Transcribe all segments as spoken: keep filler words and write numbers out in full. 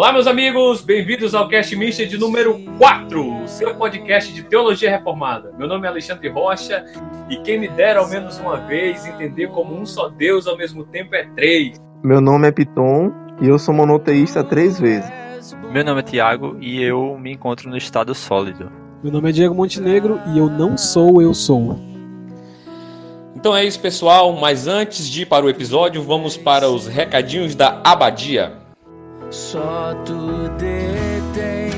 Olá, meus amigos, bem-vindos ao Cast Mister de número quatro, seu podcast de Teologia Reformada. Meu nome é Alexandre Rocha e quem me dera ao menos uma vez entender como um só Deus ao mesmo tempo é três. Meu nome é Piton e eu sou monoteísta três vezes. Meu nome é Tiago e eu me encontro no estado sólido. Meu nome é Diego Montenegro e eu não sou eu sou. Então é isso, pessoal, mas antes de ir para o episódio, vamos para os recadinhos da Abadia. Só tu detens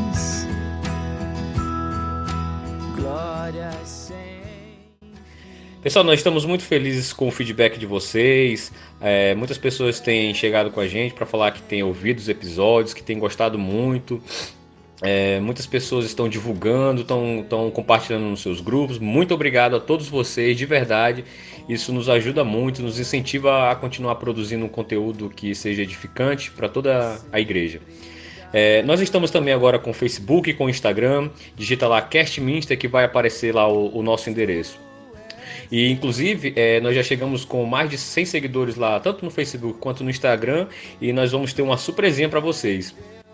glória sem... Pessoal, nós estamos muito felizes com o feedback de vocês. É, muitas pessoas têm chegado com a gente para falar que têm ouvido os episódios, que têm gostado muito. É, muitas pessoas estão divulgando, estão, estão compartilhando nos seus grupos. Muito obrigado a todos vocês, de verdade. Isso nos ajuda muito, nos incentiva a continuar produzindo um conteúdo que seja edificante para toda a igreja. É, nós estamos também agora com o Facebook e com o Instagram. Digita lá Cast Mister que vai aparecer lá o, o nosso endereço. E inclusive é, nós já chegamos com mais de cem seguidores lá, tanto no Facebook quanto no Instagram. E nós vamos ter uma surpresinha para vocês.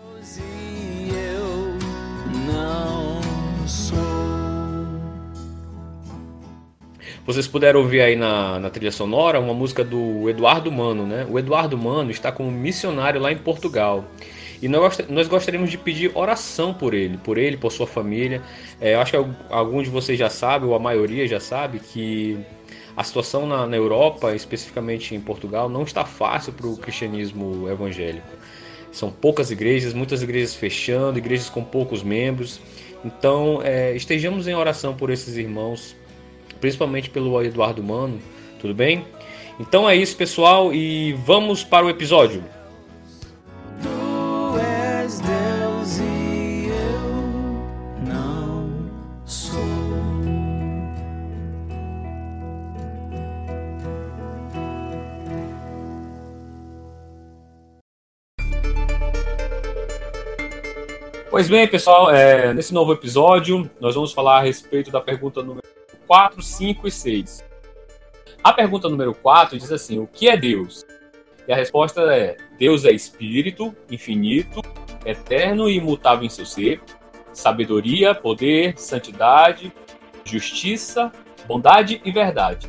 Vocês puderam ouvir aí na, na trilha sonora uma música do Eduardo Mano, né? O Eduardo Mano está como missionário lá em Portugal. E nós, nós gostaríamos de pedir oração por ele, por ele, por sua família. É, eu acho que alguns de vocês já sabem, ou a maioria já sabe, que a situação na, na Europa, especificamente em Portugal, não está fácil para o cristianismo evangélico. São poucas igrejas, muitas igrejas fechando, igrejas com poucos membros. Então, é, estejamos em oração por esses irmãos, principalmente pelo Eduardo Mano, tudo bem? Então é isso, pessoal, e vamos para o episódio. Tu és Deus e eu não sou. Pois bem, pessoal, é, nesse novo episódio nós vamos falar a respeito da pergunta número quatro, cinco e seis. A pergunta número quatro diz assim: o que é Deus? E a resposta é: Deus é espírito, infinito, eterno e imutável em seu ser, sabedoria, poder, santidade, justiça, bondade e verdade.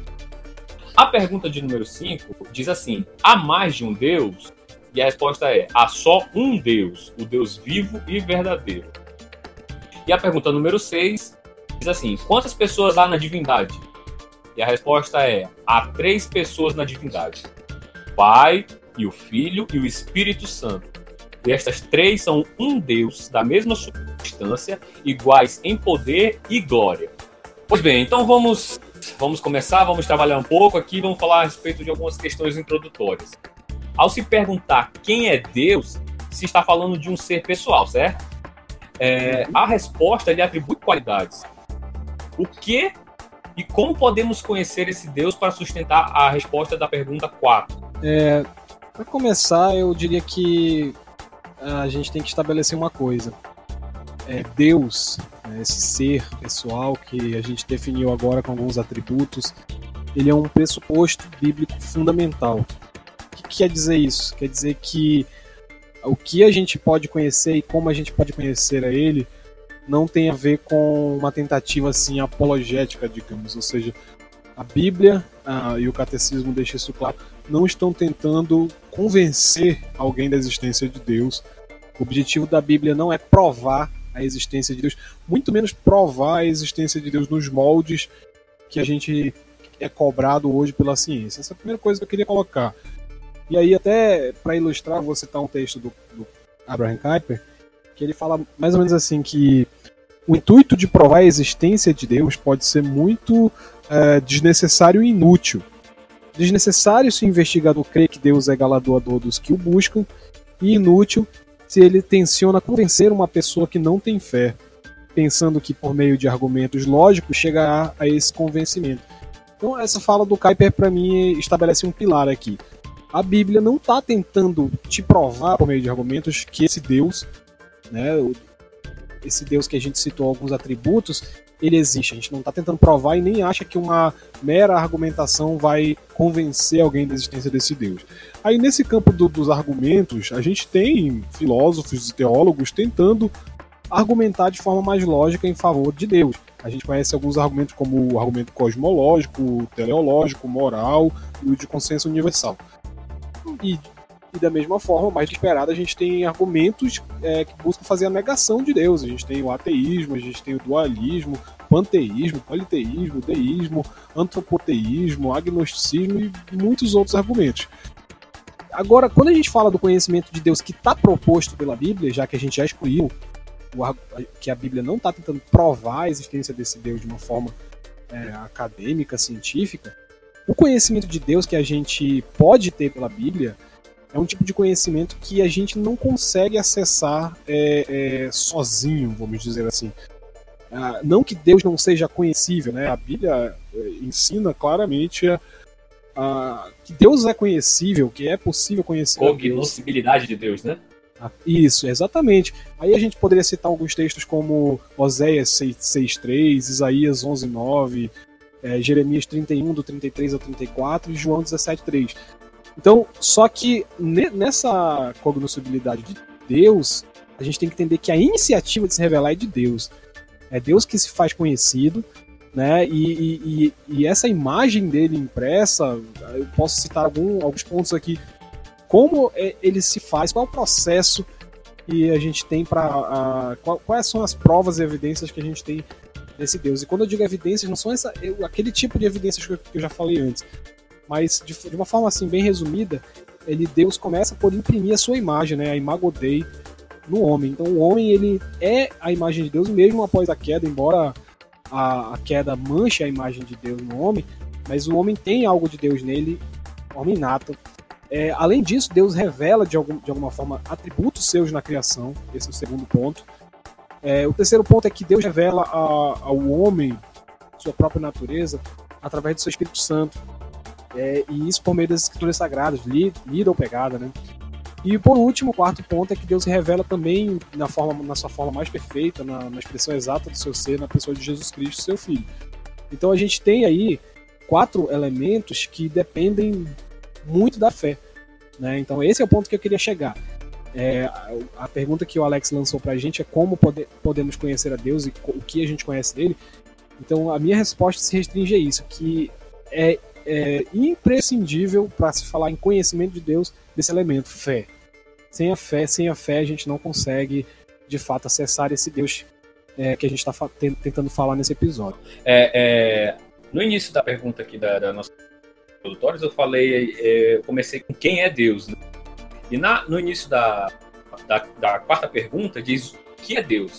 A pergunta de número cinco diz assim: há mais de um Deus? E a resposta é: há só um Deus, o Deus vivo e verdadeiro. E a pergunta número seis diz assim: quantas pessoas há na divindade? E a resposta é: há três pessoas na divindade: o Pai, e o Filho e o Espírito Santo. E estas três são um Deus da mesma substância, iguais em poder e glória. Pois bem, então vamos, vamos começar, vamos trabalhar um pouco aqui, vamos falar a respeito de algumas questões introdutórias. Ao se perguntar quem é Deus, se está falando de um ser pessoal, certo? É, a resposta lhe atribui qualidades. O que e como podemos conhecer esse Deus para sustentar a resposta da pergunta quatro? É, para começar, eu diria que a gente tem que estabelecer uma coisa. É, Deus, né, esse ser pessoal que a gente definiu agora com alguns atributos, ele é um pressuposto bíblico fundamental. O que quer dizer isso? Quer dizer que o que a gente pode conhecer e como a gente pode conhecer a ele não tem a ver com uma tentativa assim apologética, digamos, ou seja, a Bíblia ah, e o Catecismo deixam isso claro, não estão tentando convencer alguém da existência de Deus. O objetivo da Bíblia não é provar a existência de Deus, muito menos provar a existência de Deus nos moldes que a gente é cobrado hoje pela ciência. Essa é a primeira coisa que eu queria colocar. E aí, até para ilustrar, vou citar um texto do, do Abraham Kuyper, que ele fala mais ou menos assim, que o intuito de provar a existência de Deus pode ser muito é, desnecessário e inútil. Desnecessário se o investigador crê que Deus é galardoador dos que o buscam, e inútil se ele tenciona convencer uma pessoa que não tem fé, pensando que por meio de argumentos lógicos chegará a esse convencimento. Então essa fala do Kuyper para mim estabelece um pilar aqui. A Bíblia não está tentando te provar por meio de argumentos que esse Deus, né, esse Deus que a gente citou alguns atributos, ele existe. A gente não está tentando provar e nem acha que uma mera argumentação vai convencer alguém da existência desse Deus. Aí nesse campo do, dos argumentos, a gente tem filósofos e teólogos tentando argumentar de forma mais lógica em favor de Deus. A gente conhece alguns argumentos como o argumento cosmológico, teleológico, moral e o de consenso universal. E, e da mesma forma, mais esperada, a gente tem argumentos é, que buscam fazer a negação de Deus. A gente tem o ateísmo, a gente tem o dualismo, panteísmo, politeísmo, deísmo, antropoteísmo, agnosticismo e muitos outros argumentos. Agora, quando a gente fala do conhecimento de Deus que está proposto pela Bíblia, já que a gente já excluiu que a Bíblia não está tentando provar a existência desse Deus de uma forma é, acadêmica, científica, o conhecimento de Deus que a gente pode ter pela Bíblia é um tipo de conhecimento que a gente não consegue acessar é, é, sozinho, vamos dizer assim. Ah, não que Deus não seja conhecível, né? A Bíblia ensina claramente a, a, que Deus é conhecível, que é possível conhecer a Deus. Cognoscibilidade de Deus, né? Isso, exatamente. Aí a gente poderia citar alguns textos como Oséias seis três, Isaías onze nove, é, Jeremias trinta e um, do trinta e três ao trinta e quatro e João dezessete três. Então, só que nessa cognoscibilidade de Deus, a gente tem que entender que a iniciativa de se revelar é de Deus. É Deus que se faz conhecido, né? E, e, e essa imagem dele impressa, eu posso citar algum, alguns pontos aqui. Como ele se faz, qual é o processo que a gente tem para... Quais são as provas e evidências que a gente tem nesse Deus? E quando eu digo evidências, não são essa, eu, aquele tipo de evidências que eu, que eu já falei antes, mas de, de uma forma assim bem resumida, ele, Deus começa por imprimir a sua imagem, né, a imago Dei, no homem. Então o homem ele é a imagem de Deus, mesmo após a queda, embora a, a queda manche a imagem de Deus no homem, mas o homem tem algo de Deus nele, homem nato. É, além disso, Deus revela de, algum, de alguma forma atributos seus na criação. Esse é o segundo ponto. É, o terceiro ponto é que Deus revela a, ao homem sua própria natureza através do seu Espírito Santo. É, e isso por meio das escrituras sagradas, lida ou pegada, né? E por último, o quarto ponto é que Deus se revela também na, forma, na sua forma mais perfeita, na, na expressão exata do seu ser, na pessoa de Jesus Cristo, seu Filho. Então a gente tem aí quatro elementos que dependem muito da fé, né? Então esse é o ponto que eu queria chegar. É, a, a pergunta que o Alex lançou pra gente é como pode, podemos conhecer a Deus e o que a gente conhece dele. Então a minha resposta se restringe a isso, que é, é imprescindível para se falar em conhecimento de Deus desse elemento, fé. Sem a fé, sem a fé a gente não consegue de fato acessar esse Deus é, que a gente está fa- tentando falar nesse episódio. É, é, no início da pergunta aqui da, da nossa introdutórios, eu falei, é, eu comecei com quem é Deus, né? E na, no início da, da, da quarta pergunta diz o que é Deus.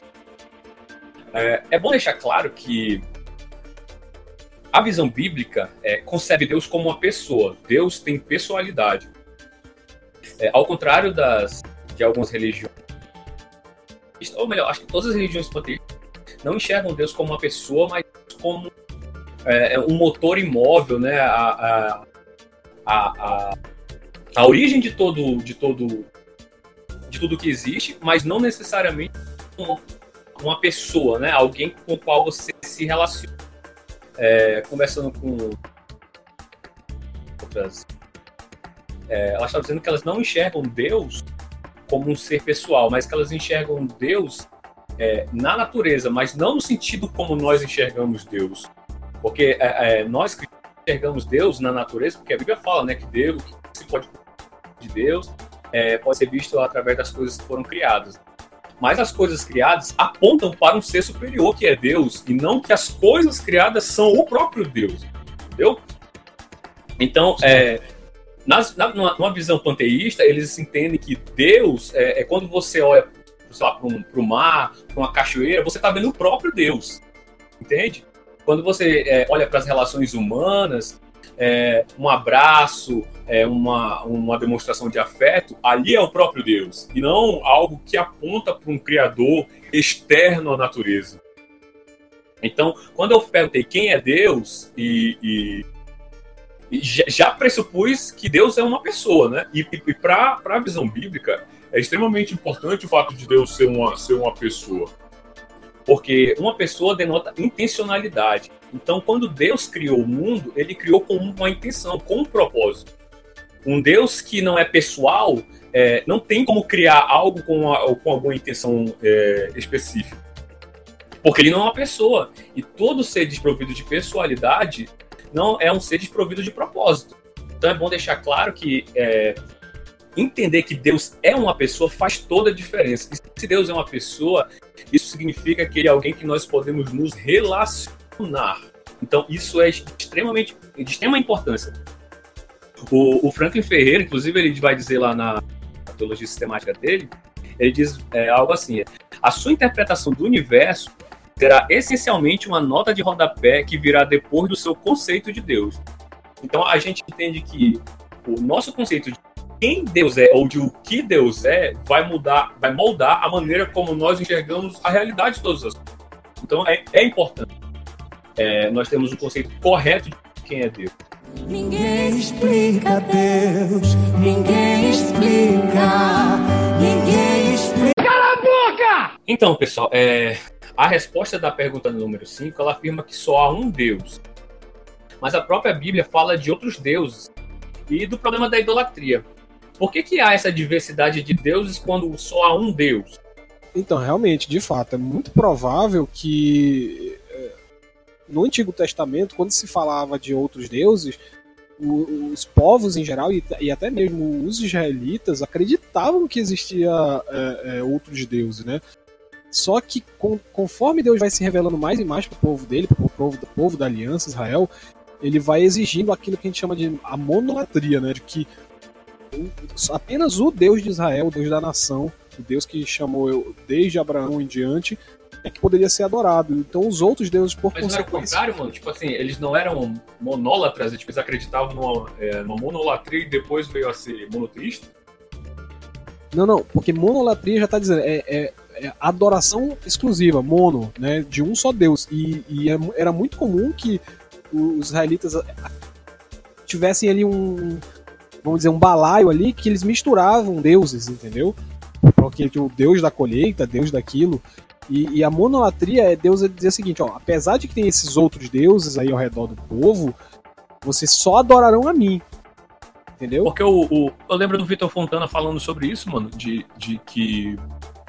É, é bom deixar claro que a visão bíblica é, concebe Deus como uma pessoa. Deus tem pessoalidade. É, ao contrário das, de algumas religiões, ou melhor, acho que todas as religiões panteístas não enxergam Deus como uma pessoa, mas como é, um motor imóvel, né? A, a, a, a, a origem de todo, de todo, de tudo que existe, mas não necessariamente uma, uma pessoa, né? Alguém com o qual você se relaciona. É, conversando com outras, é, elas estavam dizendo que elas não enxergam Deus como um ser pessoal, mas que elas enxergam Deus é, na natureza, mas não no sentido como nós enxergamos Deus. Porque é, é, nós enxergamos Deus na natureza, porque a Bíblia fala, né, que Deus, que se pode de Deus, é, pode ser visto através das coisas que foram criadas. Mas as coisas criadas apontam para um ser superior, que é Deus, e não que as coisas criadas são o próprio Deus. Entendeu? Então, é, nas, na, numa visão panteísta, eles entendem que Deus é, é quando você olha, sei lá, para um, para o mar, para uma cachoeira, você está vendo o próprio Deus. Entende? Quando você é, olha para as relações humanas, é, um abraço, é, uma, uma demonstração de afeto, ali é o próprio Deus, e não algo que aponta para um criador externo à natureza. Então, quando eu perguntei quem é Deus, e, e, e já pressupus que Deus é uma pessoa, né? E, e para a visão bíblica, é extremamente importante o fato de Deus ser uma, ser uma pessoa. Porque uma pessoa denota intencionalidade. Então, quando Deus criou o mundo, ele criou com uma intenção, com um propósito. Um Deus que não é pessoal, é, não tem como criar algo com, uma, com alguma intenção é, específica. Porque ele não é uma pessoa. E todo ser desprovido de pessoalidade não é um ser desprovido de propósito. Então é bom deixar claro que é, entender que Deus é uma pessoa faz toda a diferença. E se Deus é uma pessoa, isso significa que ele é alguém que nós podemos nos relacionar. Então isso é extremamente, de extrema importância. O, o Franklin Ferreira, inclusive, ele vai dizer lá na teologia sistemática dele, ele diz é, algo assim: a sua interpretação do universo será essencialmente uma nota de rodapé que virá depois do seu conceito de Deus. Então a gente entende que o nosso conceito de quem Deus é ou de o que Deus é vai mudar, vai moldar a maneira como nós enxergamos a realidade de todas as coisas. Então é, é importante é, nós temos o conceito correto de quem é Deus. Ninguém explica Deus, ninguém explica, ninguém explica. Cala a boca! Então, pessoal, é, a resposta da pergunta número cinco, ela afirma que só há um Deus. Mas a própria Bíblia fala de outros deuses e do problema da idolatria. Por que que há essa diversidade de deuses quando só há um Deus? Então, realmente, de fato, é muito provável que no Antigo Testamento, quando se falava de outros deuses, os povos em geral, e até mesmo os israelitas, acreditavam que existia é, é, outros deuses, né? Só que com, conforme Deus vai se revelando mais e mais para o povo dele, para o povo, povo da aliança, Israel, ele vai exigindo aquilo que a gente chama de a monolatria, né? De que apenas o Deus de Israel, o Deus da nação, o Deus que chamou eu desde Abraão em diante, é que poderia ser adorado. Então os outros deuses, por Mas consequência... Mas não era o contrário, mano? Tipo assim, eles não eram monólatras, tipo, eles acreditavam numa, é, numa monolatria e depois veio a ser monoteísta? Não, não, porque monolatria já tá dizendo, é, é, é adoração exclusiva, mono, né, de um só Deus. E, e era muito comum que os israelitas tivessem ali um, vamos dizer, um balaio ali, que eles misturavam deuses, entendeu? Porque o Deus da colheita, Deus daquilo. E, e a monolatria é Deus dizer o seguinte, ó, apesar de que tem esses outros deuses aí ao redor do povo, vocês só adorarão a mim. Entendeu? Porque o, o, eu lembro do Vitor Fontana falando sobre isso, mano, de, de que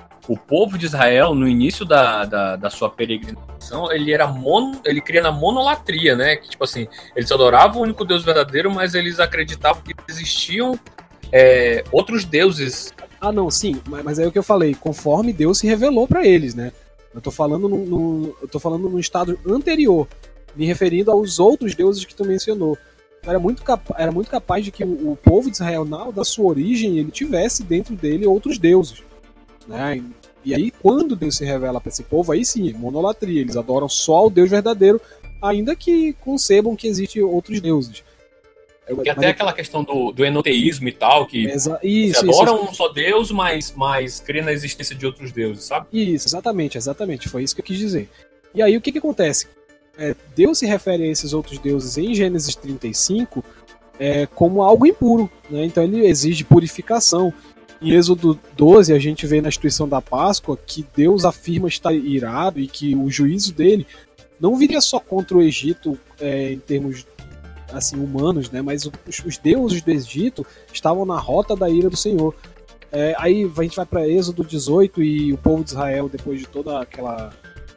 o povo de Israel, no início da, da, da sua peregrinação, ele era mono, ele cria na monolatria, né? Que, tipo assim, eles adoravam o único Deus verdadeiro, mas eles acreditavam que existiam é, outros deuses. Ah, não, sim, mas é o que eu falei, conforme Deus se revelou para eles, né? Eu tô falando no, no, eu tô falando num estado anterior, me referindo aos outros deuses que tu mencionou. Era muito, era muito capaz de que o, o povo de Israel, na da sua origem, ele tivesse dentro dele outros deuses, né? E aí, quando Deus se revela para esse povo, aí sim, monolatria, eles adoram só o Deus verdadeiro, ainda que concebam que existem outros deuses. Porque até aquela questão do, do enoteísmo e tal, que Exa- isso, você adora isso. um só Deus, mas, mas crê na existência de outros deuses, sabe? Isso, exatamente, exatamente, foi isso que eu quis dizer. E aí o que que acontece? É, Deus se refere a esses outros deuses em Gênesis trinta e cinco é, como algo impuro, né? Então ele exige purificação. Em Êxodo doze a gente vê na instituição da Páscoa que Deus afirma estar irado e que o juízo dele não viria só contra o Egito é, em termos assim, humanos, né? Mas os, os deuses do Egito estavam na rota da ira do Senhor. É, aí a gente vai para Êxodo dezoito e o povo de Israel, depois de toda aquela,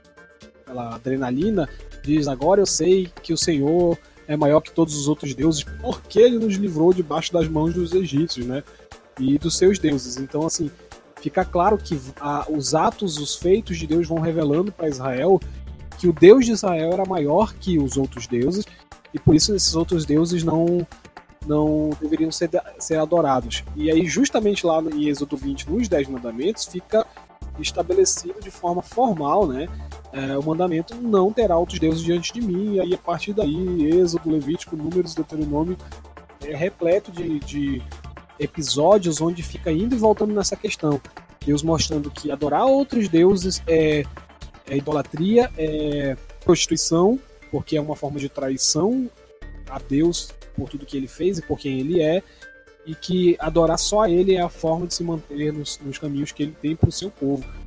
aquela adrenalina, diz: agora eu sei que o Senhor é maior que todos os outros deuses, porque ele nos livrou debaixo das mãos dos egípcios, né? E dos seus deuses. Então, assim, fica claro que a, os atos, os feitos de Deus vão revelando para Israel que o Deus de Israel era maior que os outros deuses, e por isso esses outros deuses não, não deveriam ser, ser adorados. E aí, justamente lá em Êxodo vinte, nos Dez Mandamentos, fica estabelecido de forma formal, né, é, o mandamento: não terá outros deuses diante de mim. E aí, a partir daí, Êxodo, Levítico, Números, Deuteronômio é repleto de, de episódios onde fica indo e voltando nessa questão. Deus mostrando que adorar outros deuses é, é idolatria, é prostituição, porque é uma forma de traição a Deus por tudo que ele fez e por quem ele é, e que adorar só a ele é a forma de se manter nos, nos caminhos que ele tem para o seu povo.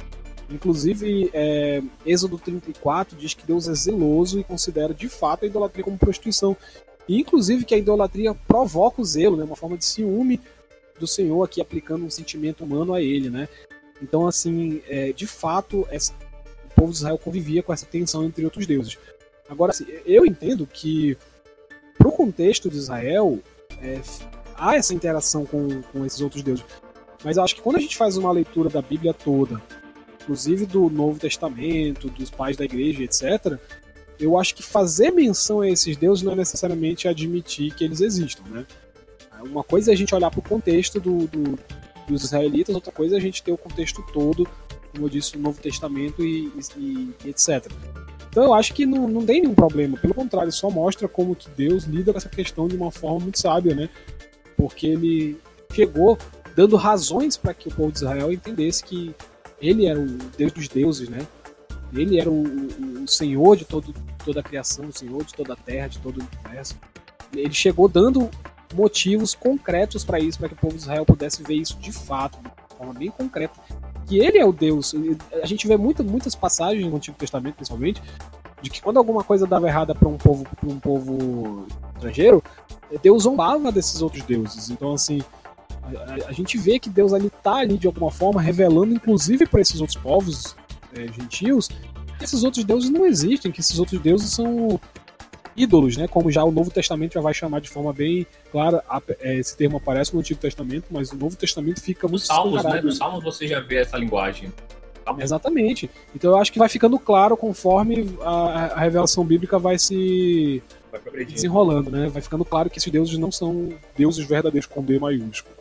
Inclusive, é, Êxodo trinta e quatro diz que Deus é zeloso e considera de fato a idolatria como prostituição. E, inclusive, que a idolatria provoca o zelo, né? Uma forma de ciúme do Senhor aqui aplicando um sentimento humano a ele, né? Então, assim, é, de fato, essa, o povo de Israel convivia com essa tensão entre outros deuses. Agora, assim, eu entendo que, para o contexto de Israel, é, há essa interação com, com esses outros deuses. Mas eu acho que quando a gente faz uma leitura da Bíblia toda, inclusive do Novo Testamento, dos pais da igreja, etcétera, eu acho que fazer menção a esses deuses não é necessariamente admitir que eles existam, né? Uma coisa é a gente olhar para o contexto do, do, dos israelitas, outra coisa é a gente ter o contexto todo, como eu disse, o Novo Testamento e, e, e etcétera. Então eu acho que não, não tem nenhum problema, pelo contrário, só mostra como que Deus lida com essa questão de uma forma muito sábia, né? Porque ele chegou dando razões para que o povo de Israel entendesse que ele era o Deus dos deuses, né? Ele era o, o, o Senhor de todo, toda a criação, o Senhor de toda a terra, de todo o universo. Ele chegou dando motivos concretos para isso, para que o povo de Israel pudesse ver isso de fato, de forma bem concreta, que ele é o Deus. A gente vê muita, muitas passagens no Antigo Testamento, principalmente, de que quando alguma coisa dava errada para um povo, para um povo estrangeiro, Deus zombava desses outros deuses. Então, assim, a, a gente vê que Deus ali está ali de alguma forma revelando, inclusive para esses outros povos é, gentios, que esses outros deuses não existem, que esses outros deuses são ídolos, né? Como já o Novo Testamento já vai chamar de forma bem clara. Esse termo aparece no Antigo Testamento, mas o Novo Testamento fica muito... Nos Salmos, né? Nos Salmos você já vê essa linguagem. Exatamente. Então eu acho que vai ficando claro conforme a, a revelação bíblica vai se vai desenrolando, né? Vai ficando claro que esses deuses não são deuses verdadeiros com D maiúsculo.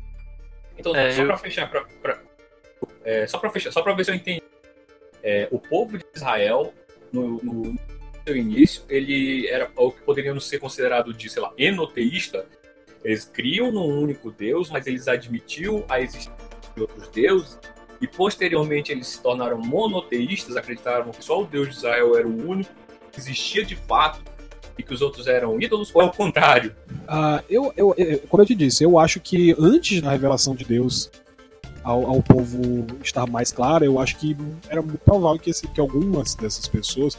Então, é, só eu... para fechar, pra, pra, é, só para fechar, só para ver se eu entendi. É, o povo de Israel, no, no seu início, ele era o que poderia ser considerado de, sei lá, enoteísta. Eles criam num único Deus, mas eles admitiam a existência de outros deuses. E posteriormente eles se tornaram monoteístas, acreditaram que só o Deus de Israel era o único que existia de fato e que os outros eram ídolos, ou é o contrário? Ah, eu, eu, eu, como eu te disse, eu acho que antes da revelação de Deus ao, ao povo estar mais clara, eu acho que era muito provável que, esse, que algumas dessas pessoas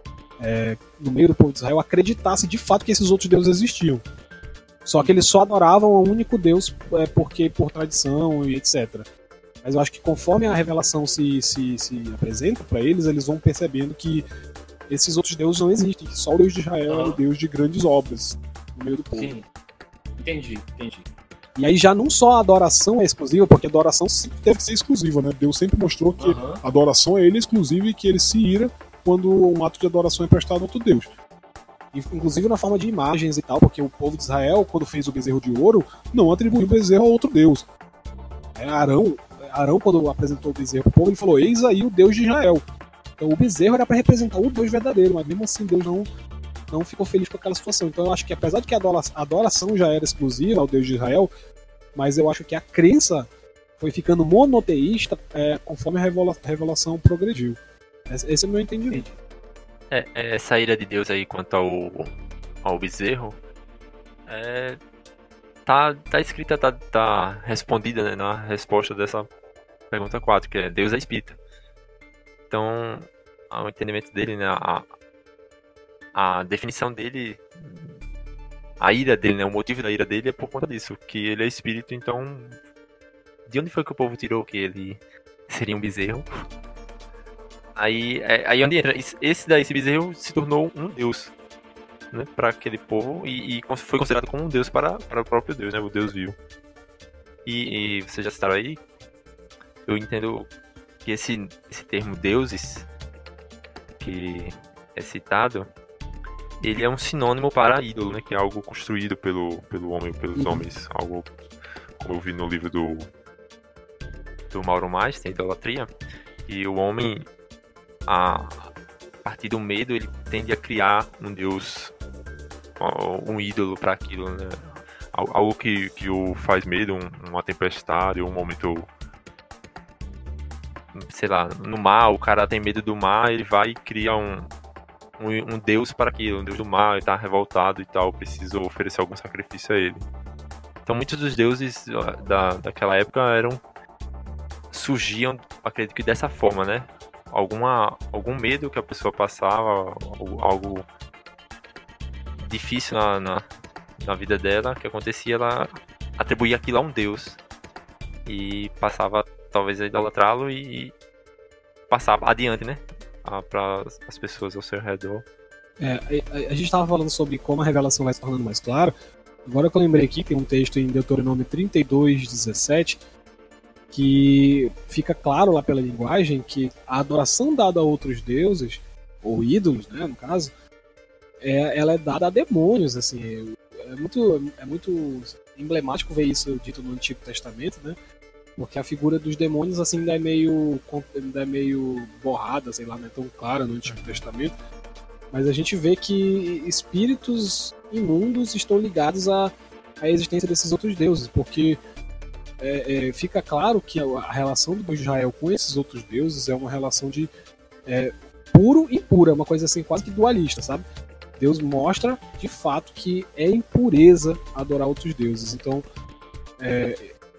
é, no meio do povo de Israel acreditassem de fato que esses outros deuses existiam. Só que eles só adoravam o único Deus é, porque por tradição e etcétera. Mas eu acho que conforme a revelação se, se, se apresenta para eles, eles vão percebendo que esses outros deuses não existem, que só o Deus de Israel é o Deus de grandes obras no meio do povo. Sim, entendi, entendi. E aí já não só a adoração é exclusiva, porque a adoração sempre teve que ser exclusiva, né? Deus sempre mostrou que uhum. a adoração é ele exclusiva e que ele se ira quando um ato de adoração é prestado a outro Deus. Inclusive na forma de imagens e tal, porque o povo de Israel, quando fez o bezerro de ouro, não atribuiu o bezerro a outro Deus. É, Arão... Arão, quando apresentou o bezerro para o povo, ele falou: eis aí o Deus de Israel. Então o bezerro era para representar o Deus verdadeiro, mas mesmo assim Deus não, não ficou feliz com aquela situação. Então eu acho que apesar de que a adoração já era exclusiva ao Deus de Israel, mas eu acho que a crença foi ficando monoteísta é, conforme a revela- revelação progrediu. Esse é o meu entendimento. É, essa ira de Deus aí quanto ao, ao bezerro é... Tá, tá escrita, tá, tá respondida, né, na resposta dessa pergunta quatro, que é Deus é espírito. Então, o entendimento dele, né, a, a definição dele, a ira dele, né, o motivo da ira dele é por conta disso, que ele é espírito. Então, de onde foi que o povo tirou que ele seria um bezerro? Aí, é, aí onde entra, esse daí, esse bezerro se tornou um deus, né, para aquele povo e, e foi considerado como um deus para, para o próprio Deus, né, o Deus vivo. E, e vocês já citaram aí, eu entendo que esse, esse termo deuses que é citado, ele é um sinônimo para ídolo, né, que é algo construído pelo, pelo homem, pelos homens, algo como eu vi no livro do do Mauro Meister, Idolatria, e o homem, a, a partir do medo, ele tende a criar um deus, um ídolo para aquilo, né? Algo que, que o faz medo, um, uma tempestade, um momento, sei lá, no mar, o cara tem medo do mar, ele vai e cria um, um, um deus para aquilo, um deus do mar, ele tá revoltado e tal, precisa oferecer algum sacrifício a ele. Então muitos dos deuses da, daquela época eram surgiam, acredito que dessa forma, né? Alguma, algum medo que a pessoa passava, algo difícil na, na, na vida dela que acontecia, ela atribuía aquilo a um deus e passava talvez a idolatrá-lo e passava adiante, né? Para as pessoas ao seu redor. É, a, a gente estava falando sobre como a revelação vai se tornando mais clara. Agora que eu lembrei aqui, tem um texto em Deuteronômio trinta e dois, dezessete, que fica claro lá pela linguagem que a adoração dada a outros deuses, ou ídolos, né, no caso, é, ela é dada a demônios, assim. É muito, é muito emblemático ver isso dito no Antigo Testamento, né? Porque a figura dos demônios assim ainda é meio, ainda é meio borrada, sei lá, não é tão clara no Antigo Testamento. Mas a gente vê que espíritos imundos estão ligados à, à existência desses outros deuses, porque é, é, fica claro que a, a relação do povo de Israel com esses outros deuses é uma relação de é, puro e impura, uma coisa assim quase que dualista, sabe? Deus mostra de fato que é impureza adorar outros deuses. Então, é,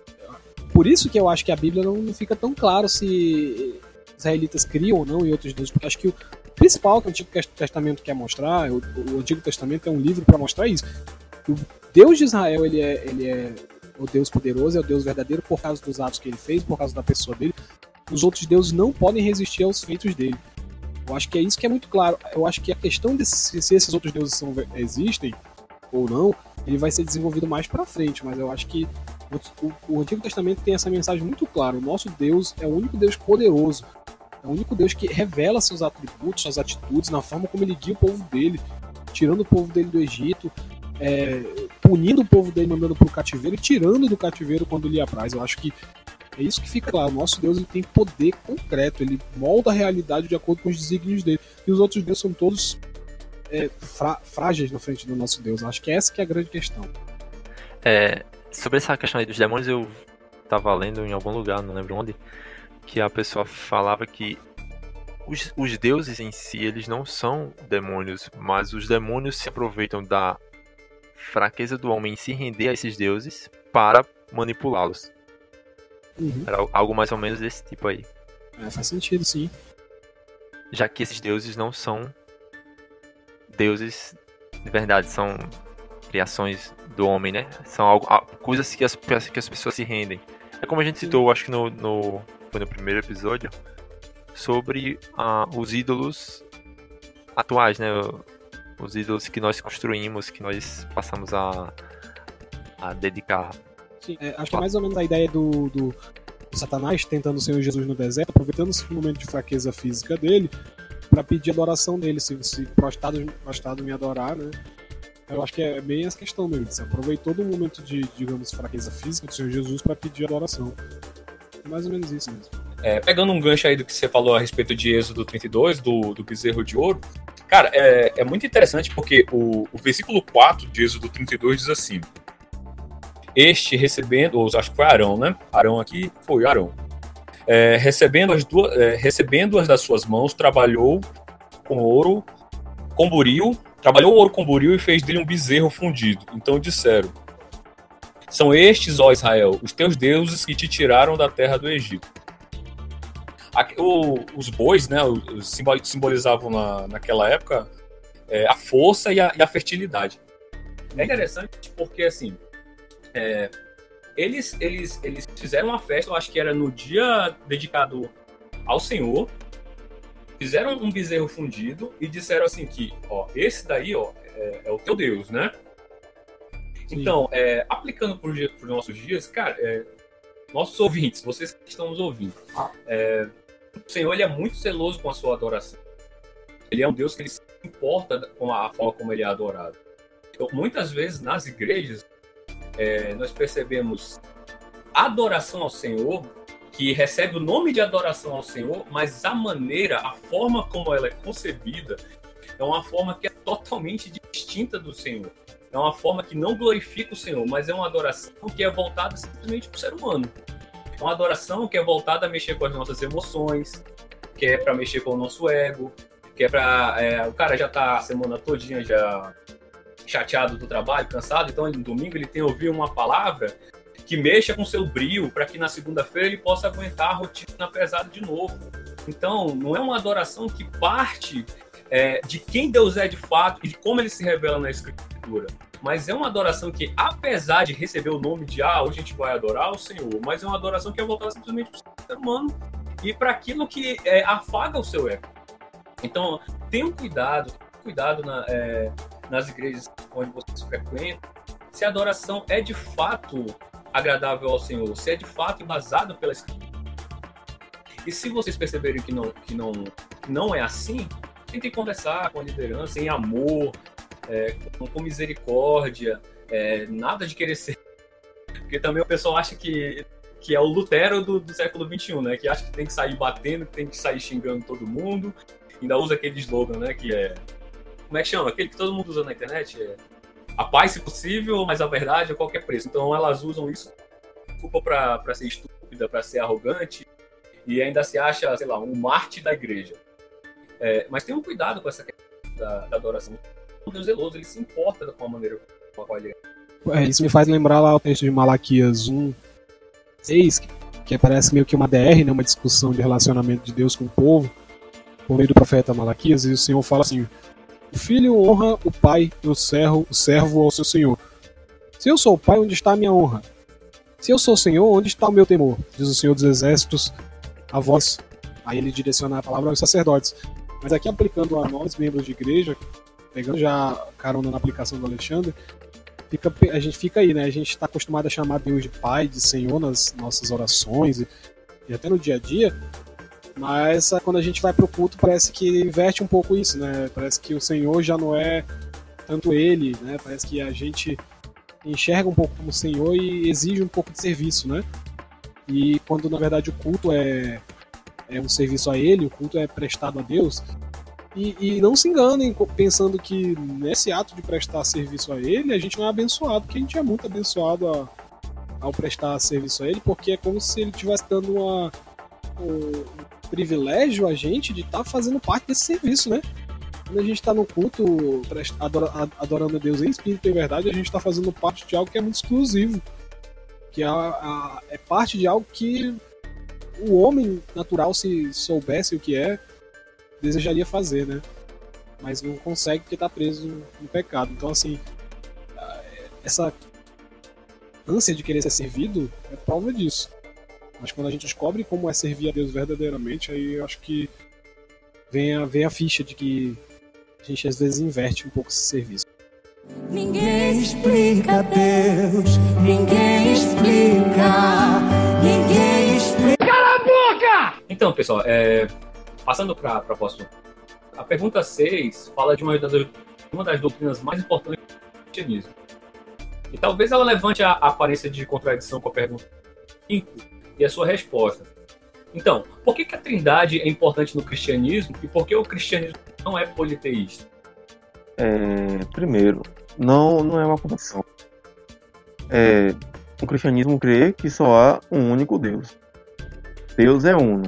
por isso que eu acho que a Bíblia não, não fica tão claro se israelitas criam ou não em outros deuses, porque acho que o principal que o Antigo Testamento quer mostrar, o, o Antigo Testamento é um livro para mostrar isso. O Deus de Israel, ele é, ele é o Deus poderoso, é o Deus verdadeiro por causa dos atos que ele fez, por causa da pessoa dele. Os outros deuses não podem resistir aos feitos dele. Eu acho que é isso que é muito claro. Eu acho que a questão de se, se esses outros deuses são, existem ou não, ele vai ser desenvolvido mais pra frente, mas eu acho que o, o Antigo Testamento tem essa mensagem muito clara. O nosso Deus é o único Deus poderoso, é o único Deus que revela seus atributos, suas atitudes, na forma como ele guia o povo dele, tirando o povo dele do Egito, é, punindo o povo dele, mandando pro cativeiro e tirando do cativeiro quando lhe apraz. Eu acho que é isso que fica claro. O nosso Deus, ele tem poder concreto, ele molda a realidade de acordo com os desígnios dele. E os outros deuses são todos é, frá- frágeis na frente do nosso Deus. Eu acho que essa que é a grande questão. É, sobre essa questão aí dos demônios, eu estava lendo em algum lugar, não lembro onde, que a pessoa falava que os, os deuses em si, eles não são demônios, mas os demônios se aproveitam da fraqueza do homem em se render a esses deuses para manipulá-los. Uhum. Era algo mais ou menos desse tipo aí. É, faz sentido, sim. Já que esses deuses não são deuses de verdade, são criações do homem, né? São algo, coisas que as, que as pessoas se rendem. É como a gente citou, acho que no, no, foi no primeiro episódio, sobre uh, os ídolos atuais, né? Os ídolos que nós construímos, que nós passamos a, a dedicar. Sim, é, acho que é mais ou menos a ideia do, do, do Satanás tentando o Senhor Jesus no deserto, aproveitando esse momento de fraqueza física dele para pedir adoração dele, se, se prostrado, prostrado me adorar, né? Eu acho que é bem essa questão mesmo. Você aproveitou do momento de, digamos, fraqueza física do Senhor Jesus para pedir adoração. É mais ou menos isso mesmo. É, pegando um gancho aí do que você falou a respeito de Êxodo trinta e dois, do, do bezerro de ouro, cara, é, é muito interessante porque o, o versículo quatro de Êxodo trinta e dois diz assim: Este recebendo, ou acho que foi Arão, né? Arão aqui foi Arão. É, recebendo as duas, é, recebendo-as das suas mãos, trabalhou com ouro, com buril, trabalhou o ouro com buril e fez dele um bezerro fundido. Então disseram: São estes, ó Israel, os teus deuses que te tiraram da terra do Egito. Aqui, o, os bois, né, os, simbolizavam na, naquela época é, a força e a, e a fertilidade. É interessante porque, assim, é, eles, eles, eles fizeram uma festa, eu acho que era no dia dedicado ao Senhor, fizeram um bezerro fundido e disseram assim que, ó, esse daí, ó, é, é o teu Deus, né? Sim. Então, é, aplicando para os nossos dias, cara, é, nossos ouvintes, vocês que estão nos ouvindo, é, o Senhor, ele é muito zeloso com a sua adoração. Ele é um Deus que ele se importa com a forma como ele é adorado. Então, muitas vezes, nas igrejas, é, nós percebemos adoração ao Senhor, que recebe o nome de adoração ao Senhor, mas a maneira, a forma como ela é concebida, é uma forma que é totalmente distinta do Senhor. É uma forma que não glorifica o Senhor, mas é uma adoração que é voltada simplesmente para o ser humano. É uma adoração que é voltada a mexer com as nossas emoções, que é para mexer com o nosso ego, que é para... É, o cara já está a semana todinha já chateado do trabalho, cansado, então no domingo ele tem que ouvir uma palavra que mexa com seu brio para que na segunda-feira ele possa aguentar a rotina pesada de novo. Então, não é uma adoração que parte é, de quem Deus é de fato e de como ele se revela na Escritura, mas é uma adoração que, apesar de receber o nome de ah, hoje a gente vai adorar o Senhor, mas é uma adoração que é voltada simplesmente para o ser humano e para aquilo que é, afaga o seu ego. Então, tenham cuidado, cuidado na, é, nas igrejas onde vocês frequentam, se a adoração é de fato agradável ao Senhor, se é de fato embasada pela Escritura. E se vocês perceberem que não, que não, que não é assim, tentem conversar com a liderança em amor, é, com, com misericórdia, é, nada de querer ser. Porque também o pessoal acha que, que é o Lutero do, do século vinte e um, né? Que acha que tem que sair batendo, que tem que sair xingando todo mundo. Ainda usa aquele slogan, né? Que é. Como é que chama? Aquele que todo mundo usa na internet? É a paz, se possível, mas a verdade a qualquer preço. Então elas usam isso desculpa pra, pra ser estúpida, pra ser arrogante. E ainda se acha, sei lá, um mártir da igreja. É, mas tenham cuidado com essa questão da, da adoração. O Deus zeloso, ele se importa com a maneira com a qual ele é. É, isso me faz lembrar lá o texto de Malaquias um, seis, que, que parece meio que uma D R, né, uma discussão de relacionamento de Deus com o povo, por meio do profeta Malaquias, e o Senhor fala assim: o filho honra o pai e o servo, o servo ao seu senhor. Se eu sou o pai, onde está a minha honra? Se eu sou o Senhor, onde está o meu temor? Diz o Senhor dos Exércitos a voz. Aí ele direciona a palavra aos sacerdotes. Mas aqui, aplicando a nós, membros de igreja, pegando já carona na aplicação do Alexandre, fica, a gente fica aí, né? A gente está acostumado a chamar Deus de Pai, de Senhor nas nossas orações e, e até no dia a dia, mas quando a gente vai pro culto parece que inverte um pouco isso, né? Parece que o Senhor já não é tanto Ele, né? Parece que a gente enxerga um pouco como Senhor e exige um pouco de serviço, né? E quando na verdade o culto é, é um serviço a Ele, o culto é prestado a Deus. E, e não se enganem pensando que nesse ato de prestar serviço a Ele, a gente não é abençoado, porque a gente é muito abençoado a, ao prestar serviço a Ele, porque é como se Ele estivesse dando uma, um, um privilégio a gente de estar tá fazendo parte desse serviço, né? Quando a gente está no culto adorando a Deus em espírito e em verdade, a gente está fazendo parte de algo que é muito exclusivo, que é, a, é parte de algo que o homem natural, se soubesse o que é, desejaria fazer, né? Mas não consegue porque está preso no pecado. Então, assim, essa ânsia de querer ser servido é prova disso. Mas quando a gente descobre como é servir a Deus verdadeiramente, aí eu acho que vem a, vem a ficha de que a gente às vezes inverte um pouco esse serviço. Ninguém explica Deus, ninguém explica, ninguém explica. Cala a boca! Então, pessoal, é, passando para a próxima. A pergunta seis fala de uma das, uma das doutrinas mais importantes do cristianismo. E talvez ela levante a, a aparência de contradição com a pergunta cinco e a sua resposta. Então, por que, que a trindade é importante no cristianismo e por que o cristianismo não é politeísta? É, primeiro, não, não é uma contradição. É, o cristianismo crê que só há um único Deus. Deus é uno.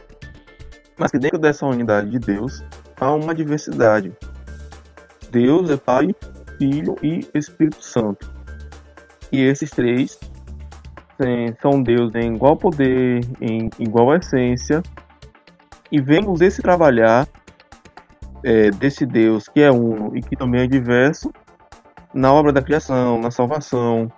Mas que dentro dessa unidade de Deus há uma diversidade. Deus é Pai, Filho e Espírito Santo. E esses três são Deus em igual poder, em igual essência. E vemos esse trabalhar é, desse Deus que é uno e que também é diverso na obra da criação, na salvação.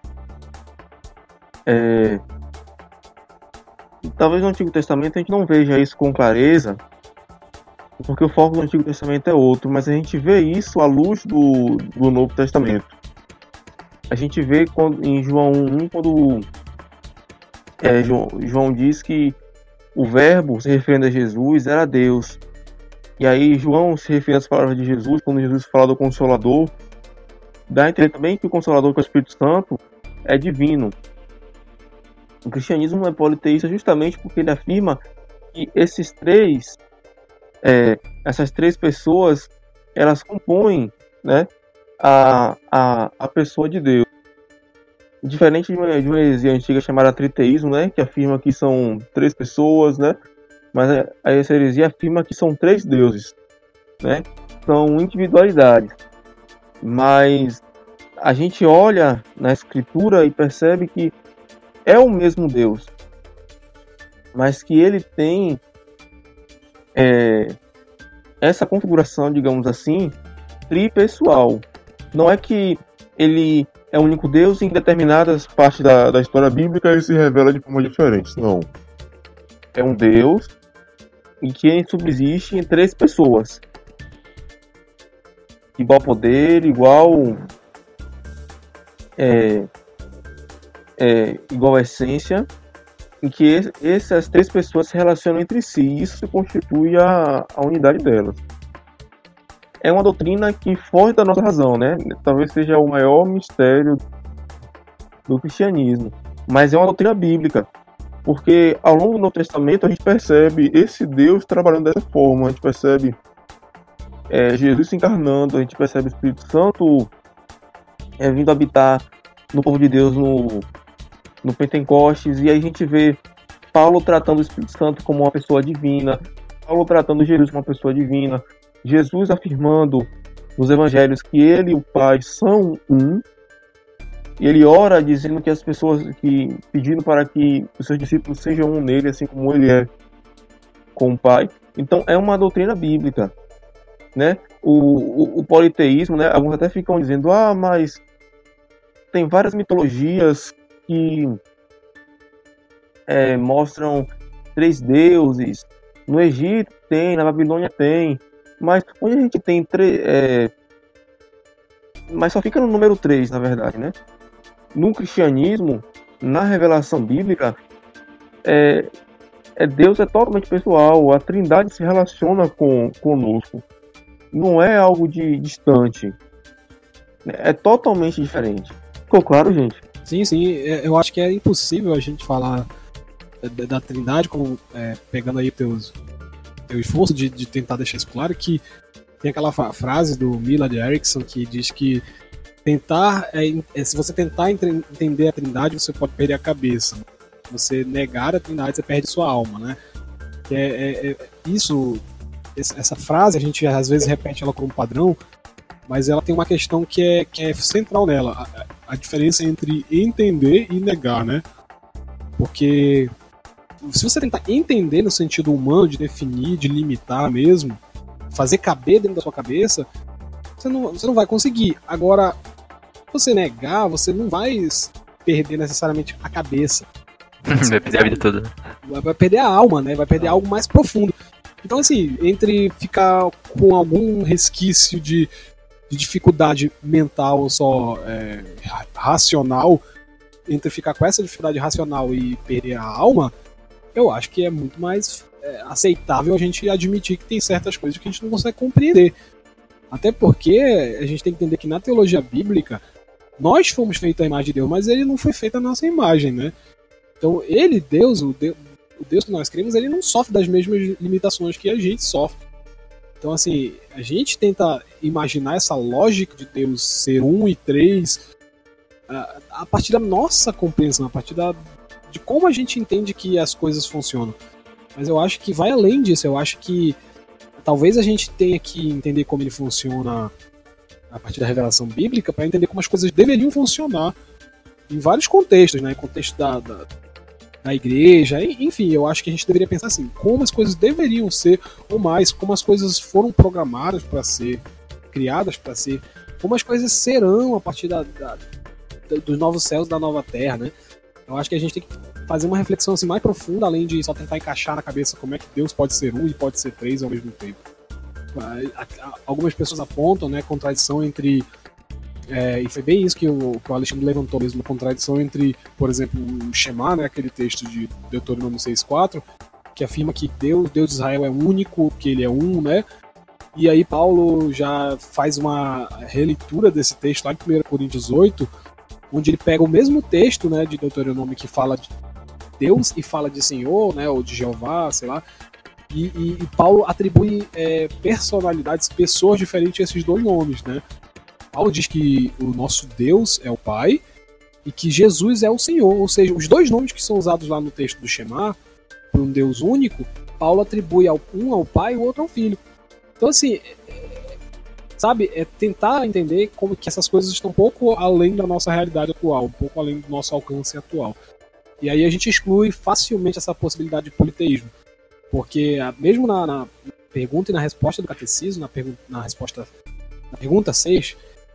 É, talvez no Antigo Testamento a gente não veja isso com clareza, porque o foco do Antigo Testamento é outro, mas a gente vê isso à luz do, do Novo Testamento. A gente vê quando, em João um, quando é, João, João diz que o verbo, se referindo a Jesus, era Deus. E aí João se refere às palavras de Jesus, quando Jesus fala do Consolador, dá a entender também que o Consolador, que é o Espírito Santo, é divino. O cristianismo é politeísta justamente porque ele afirma que esses três, é, essas três pessoas, elas compõem, né, a, a, a pessoa de Deus. Diferente de uma, de uma heresia antiga chamada triteísmo, né, que afirma que são três pessoas, né, mas a, a essa heresia afirma que são três deuses, né, são individualidades. Mas a gente olha na Escritura e percebe que é o mesmo Deus, mas que ele tem é, essa configuração, digamos assim, tripessoal. Não é que ele é o único Deus e em determinadas partes da, da história bíblica ele se revela de forma diferente. Não. É um Deus em que ele subsiste em três pessoas. Igual poder, igual é, é, igual essência, em que esse, essas três pessoas se relacionam entre si, e isso constitui a, a unidade delas. É uma doutrina que foge da nossa razão, né? Talvez seja o maior mistério do cristianismo, mas é uma doutrina bíblica, porque ao longo do Novo Testamento a gente percebe esse Deus trabalhando dessa forma, a gente percebe É, Jesus se encarnando, a gente percebe o Espírito Santo é, vindo habitar no povo de Deus no, no Pentecostes, e aí a gente vê Paulo tratando o Espírito Santo como uma pessoa divina, Paulo tratando Jesus como uma pessoa divina, Jesus afirmando nos evangelhos que ele e o Pai são um, e ele ora dizendo que as pessoas, que pedindo para que os seus discípulos sejam um nele, assim como ele é com o Pai. Então é uma doutrina bíblica. Né? O, o, o politeísmo, né? Alguns até ficam dizendo, ah, mas tem várias mitologias que é, mostram três deuses. No Egito tem, na Babilônia tem, mas onde a gente tem três, é... mas só fica no número três, na verdade, né? No cristianismo, na revelação bíblica, é, é Deus é totalmente pessoal, a Trindade se relaciona com conosco. Não é algo de distante. É totalmente diferente. Ficou claro, gente? Sim, sim. Eu acho que é impossível a gente falar da, da Trindade, como, é, pegando aí teus, teu esforço de, de tentar deixar isso claro, que tem aquela frase do Millard Erickson que diz que tentar é, é, se você tentar entre, entender a Trindade, você pode perder a cabeça. Se você negar a Trindade, você perde sua alma, né? É, é, é, isso... Essa frase a gente às vezes repete ela como padrão, mas ela tem uma questão que é, que é central nela, a, a diferença entre entender e negar, né? Porque se você tentar entender no sentido humano, de definir, de limitar mesmo, fazer caber dentro da sua cabeça, você não, você não vai conseguir. Agora, se você negar, você não vai perder necessariamente a cabeça. Vai perder a vida toda. Vai perder a alma, né? Vai perder algo mais profundo. Então, assim, entre ficar com algum resquício de, de dificuldade mental ou só é, racional, entre ficar com essa dificuldade racional e perder a alma, eu acho que é muito mais é, aceitável a gente admitir que tem certas coisas que a gente não consegue compreender. Até porque a gente tem que entender que na teologia bíblica, nós fomos feitos à imagem de Deus, mas ele não foi feito à nossa imagem, né? Então, ele, Deus, o Deus... O Deus que nós cremos, ele não sofre das mesmas limitações que a gente sofre. Então, assim, a gente tenta imaginar essa lógica de Deus ser um e três a, a partir da nossa compreensão, a partir da, de como a gente entende que as coisas funcionam. Mas eu acho que vai além disso. Eu acho que talvez a gente tenha que entender como ele funciona a partir da revelação bíblica para entender como as coisas deveriam funcionar em vários contextos, né? Em contexto da... da da igreja, enfim, eu acho que a gente deveria pensar assim, como as coisas deveriam ser, ou mais, como as coisas foram programadas para ser, criadas para ser, como as coisas serão a partir da, da, dos novos céus, da nova terra, né? Eu acho que a gente tem que fazer uma reflexão assim, mais profunda, além de só tentar encaixar na cabeça como é que Deus pode ser um e pode ser três ao mesmo tempo. Algumas pessoas apontam, né, contradição entre É, e foi bem isso que o, que o Alexandre levantou mesmo, a contradição entre, por exemplo, o Shema, né, aquele texto de Deuteronômio seis quatro, que afirma que Deus, Deus de Israel é único, que ele é um, né? E aí Paulo já faz uma releitura desse texto lá em primeira Coríntios oito, onde ele pega o mesmo texto, né, de Deuteronômio que fala de Deus e fala de Senhor, né, ou de Jeová, sei lá, e, e, e Paulo atribui é, personalidades, pessoas diferentes a esses dois nomes, né? Paulo diz que o nosso Deus é o Pai e que Jesus é o Senhor, ou seja, os dois nomes que são usados lá no texto do Shema, para um Deus único, Paulo atribui ao, um ao Pai e o outro ao Filho. Então, assim, é, sabe, é tentar entender como que essas coisas estão um pouco além da nossa realidade atual, um pouco além do nosso alcance atual. E aí a gente exclui facilmente essa possibilidade de politeísmo. Porque mesmo na, na pergunta e na resposta do catecismo, na, pergu- na resposta na pergunta seis,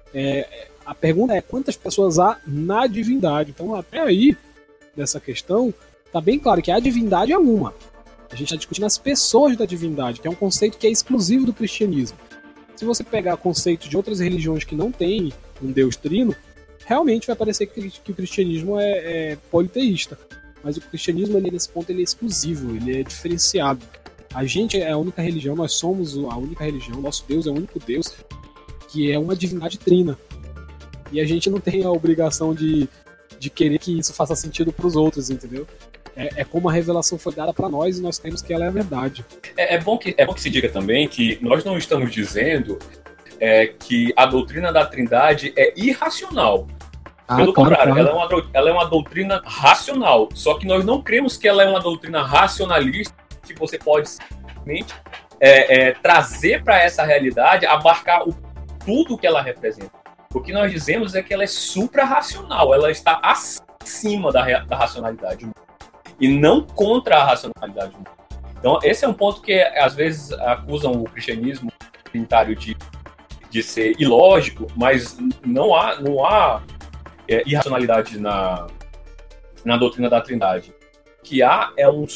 é, a pergunta é quantas pessoas há na divindade. Então até aí, nessa questão, está bem claro que a divindade é uma. A gente está discutindo as pessoas da divindade, que é um conceito que é exclusivo do cristianismo. Se você pegar conceitos de outras religiões que não têm um Deus trino, realmente vai parecer que, que o cristianismo é, é politeísta. Mas o cristianismo, ele, nesse ponto, ele é exclusivo, ele é diferenciado. A gente é a única religião, nós somos a única religião, nosso Deus é o único Deus que é uma divindade trina. E a gente não tem a obrigação de, de querer que isso faça sentido para os outros, entendeu? É, é como a revelação foi dada para nós e nós temos que ela é a verdade. É, é, bom que, é bom que se diga também que nós não estamos dizendo é, que a doutrina da Trindade é irracional. Ah, Pelo claro, contrário, claro. Ela, é uma, ela é uma doutrina racional. Só que nós não cremos que ela é uma doutrina racionalista que você pode simplesmente é, é, trazer para essa realidade, abarcar o, tudo que ela representa. O que nós dizemos é que ela é supra-racional, ela está acima da, da racionalidade humana e não contra a racionalidade humana. Então, esse é um ponto que às vezes acusam o cristianismo trinitário de, de ser ilógico, mas não há, não há é, irracionalidade na, na doutrina da Trindade. O que há é um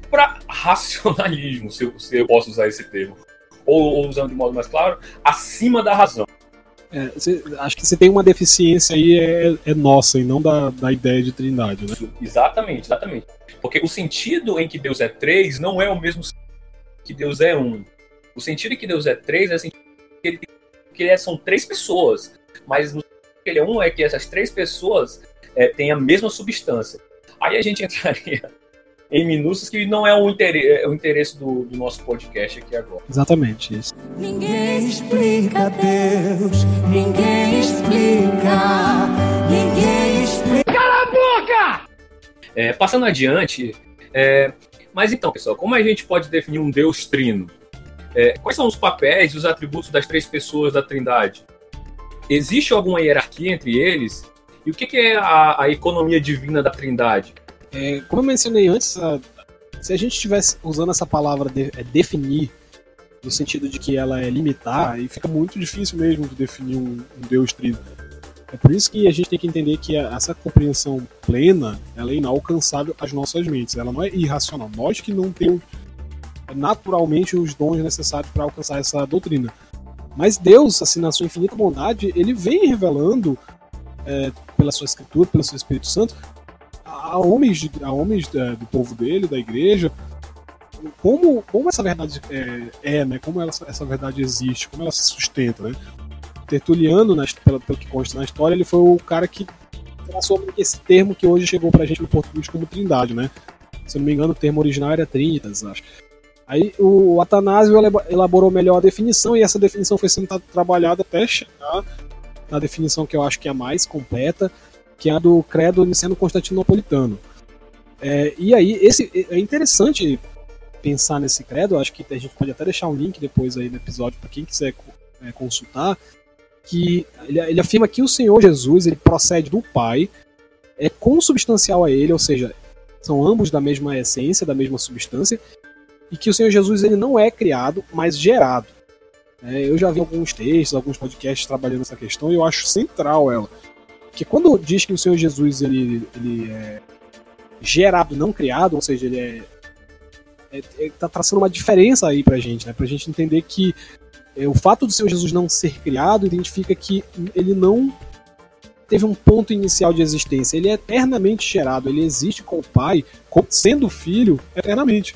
supra-racionalismo, se eu, se eu posso usar esse termo. Ou, ou usando de modo mais claro, acima da razão. É, cê, acho que você tem uma deficiência aí é, é nossa e não da, da ideia de trindade, né? Exatamente, exatamente. Porque o sentido em que Deus é três não é o mesmo que Deus é um. O sentido em que Deus é três é o sentido que ele, que ele é, são três pessoas. Mas no sentido que ele é um é que essas três pessoas é, têm a mesma substância. Aí a gente entraria em minúcias que não é o interesse, é o interesse do, do nosso podcast aqui agora. Exatamente isso. Ninguém explica Deus, ninguém explica, ninguém explica. Cala a boca! É, passando adiante, é, mas então, pessoal, como a gente pode definir um Deus trino? É, quais são os papéis e os atributos das três pessoas da Trindade? Existe alguma hierarquia entre eles? E o que, que é a, a economia divina da Trindade? É, como eu mencionei antes, a, se a gente estivesse usando essa palavra de, é, definir, no sentido de que ela é limitar, aí fica muito difícil mesmo de definir um, um Deus trino. É por isso que a gente tem que entender que a, essa compreensão plena, ela é inalcançável às nossas mentes, ela não é irracional. Nós que não temos naturalmente os dons necessários para alcançar essa doutrina. Mas Deus, assim, na sua infinita bondade, ele vem revelando é, pela sua escritura, pelo seu Espírito Santo, a homens, de, a homens é, do povo dele, da igreja, como, como essa verdade é, é né? Como ela, essa verdade existe, como ela se sustenta, né? Tertuliano, na, pelo, pelo que consta na história, ele foi o cara que traçou esse termo que hoje chegou pra gente no português como trindade, né? Se eu não me engano, o termo original era trinitas, acho. Aí o Atanásio elaborou melhor a definição e essa definição foi sendo trabalhada até chegar na definição que eu acho que é a mais completa, que é a do credo niceno-constantinopolitano. É, e aí, esse, é interessante pensar nesse credo, acho que a gente pode até deixar um link depois aí no episódio para quem quiser é, consultar, que ele, ele afirma que o Senhor Jesus ele procede do Pai, é consubstancial a ele, ou seja, são ambos da mesma essência, da mesma substância, e que o Senhor Jesus ele não é criado, mas gerado. É, eu já vi alguns textos, alguns podcasts trabalhando nessa questão e eu acho central ela. Porque quando diz que o Senhor Jesus ele, ele é gerado, não criado, ou seja, ele é, é, é tá traçando uma diferença aí pra gente, né? Pra gente entender que é, o fato do Senhor Jesus não ser criado identifica que ele não teve um ponto inicial de existência. Ele é eternamente gerado, ele existe com o Pai, sendo filho, eternamente.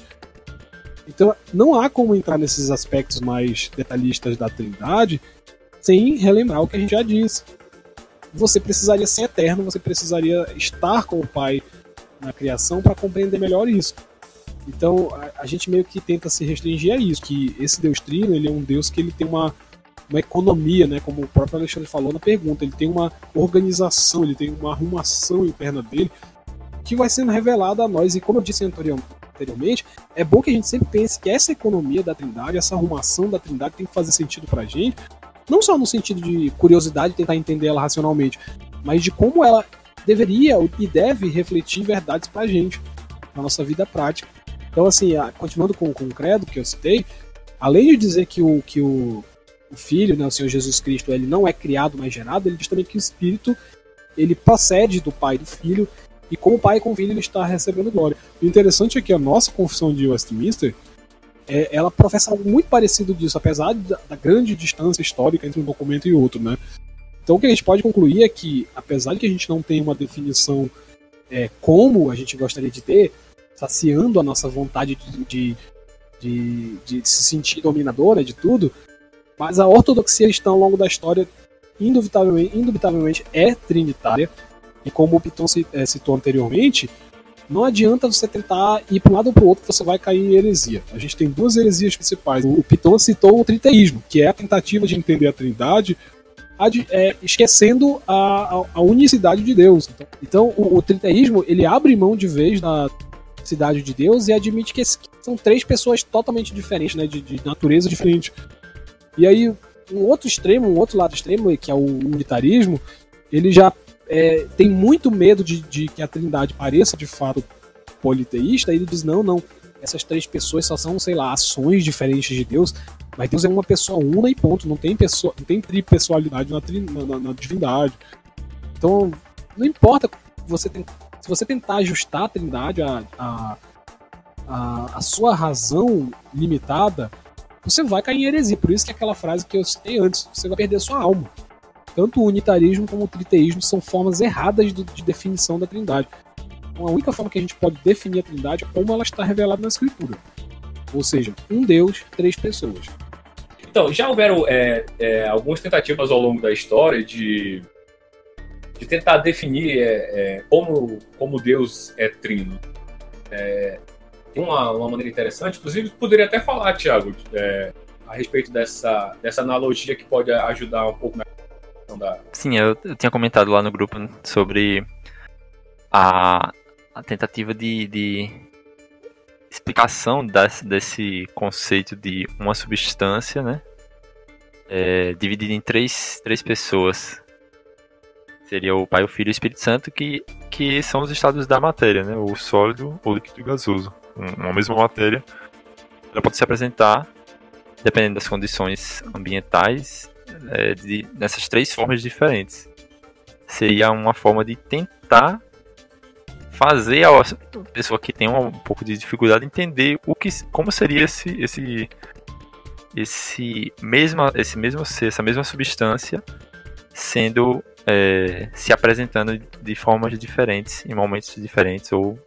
Então não há como entrar nesses aspectos mais detalhistas da Trindade sem relembrar o que a gente já disse. Você precisaria ser eterno, você precisaria estar com o Pai na criação para compreender melhor isso. Então a, a gente meio que tenta se restringir a isso, que esse Deus Trino ele é um Deus que ele tem uma, uma economia, né, como o próprio Alexandre falou na pergunta, ele tem uma organização, ele tem uma arrumação interna dele que vai sendo revelada a nós, e como eu disse anteriormente, é bom que a gente sempre pense que essa economia da Trindade, essa arrumação da Trindade tem que fazer sentido pra gente, não só no sentido de curiosidade, tentar entender ela racionalmente, mas de como ela deveria e deve refletir verdades pra gente, na nossa vida prática. Então, assim, continuando com, com o credo que eu citei, além de dizer que o, que o, o Filho, né, o Senhor Jesus Cristo, ele não é criado, mas gerado, ele diz também que o Espírito, ele procede do Pai e do Filho, e como o Pai e com o Filho ele está recebendo glória. O interessante é que a nossa confissão de Westminster, é, ela professa algo muito parecido disso, apesar da, da grande distância histórica entre um documento e outro, né? Então o que a gente pode concluir é que, apesar de que a gente não tenha uma definição é, como a gente gostaria de ter, saciando a nossa vontade de, de, de, de se sentir dominadora de tudo, mas a ortodoxia cristã ao longo da história indubitavelmente, indubitavelmente é trinitária, e como o Piton citou anteriormente, não adianta você tentar ir para um lado ou para o outro que você vai cair em heresia. A gente tem duas heresias principais. O Piton citou o triteísmo, que é a tentativa de entender a trindade é, esquecendo a, a, a unicidade de Deus. Então, então o, o triteísmo ele abre mão de vez da cidade de Deus e admite que são três pessoas totalmente diferentes, né, de, de natureza diferente. E aí, um outro extremo, um outro lado extremo, que é o unitarismo, ele já é, tem muito medo de, de que a trindade pareça de fato politeísta, e ele diz, não, não, essas três pessoas só são, sei lá, ações diferentes de Deus, mas Deus é uma pessoa una e ponto, não tem, pessoa, não tem tripessoalidade na, na, na divindade. Então, não importa você tem, se você tentar ajustar a trindade a, a, a, a sua razão limitada, você vai cair em heresia. Por isso que aquela frase que eu citei antes, você vai perder sua alma. Tanto o unitarismo como o triteísmo são formas erradas de, de definição da trindade. Então, a única forma que a gente pode definir a trindade é como ela está revelada na Escritura. Ou seja, um Deus, três pessoas. Então, já houveram é, é, algumas tentativas ao longo da história de, de tentar definir é, é, como, como Deus é trino. É, tem uma, uma maneira interessante, inclusive poderia até falar, Tiago, é, a respeito dessa, dessa analogia que pode ajudar um pouco na questão da... Sim, eu, eu tinha comentado lá no grupo sobre a, a tentativa de, de explicação desse, desse conceito de uma substância, né, é, dividida em três, três pessoas. Seria o Pai, o Filho e o Espírito Santo, que, que são os estados da matéria, né, o sólido, o líquido e o gasoso. Uma mesma matéria, ela pode se apresentar, dependendo das condições ambientais, é, de, nessas três formas diferentes. Seria uma forma de tentar fazer a pessoa que tem um pouco de dificuldade entender o que, como seria esse, esse, esse, mesma, esse mesmo ser, essa mesma substância sendo, é, se apresentando de formas diferentes, em momentos diferentes, ou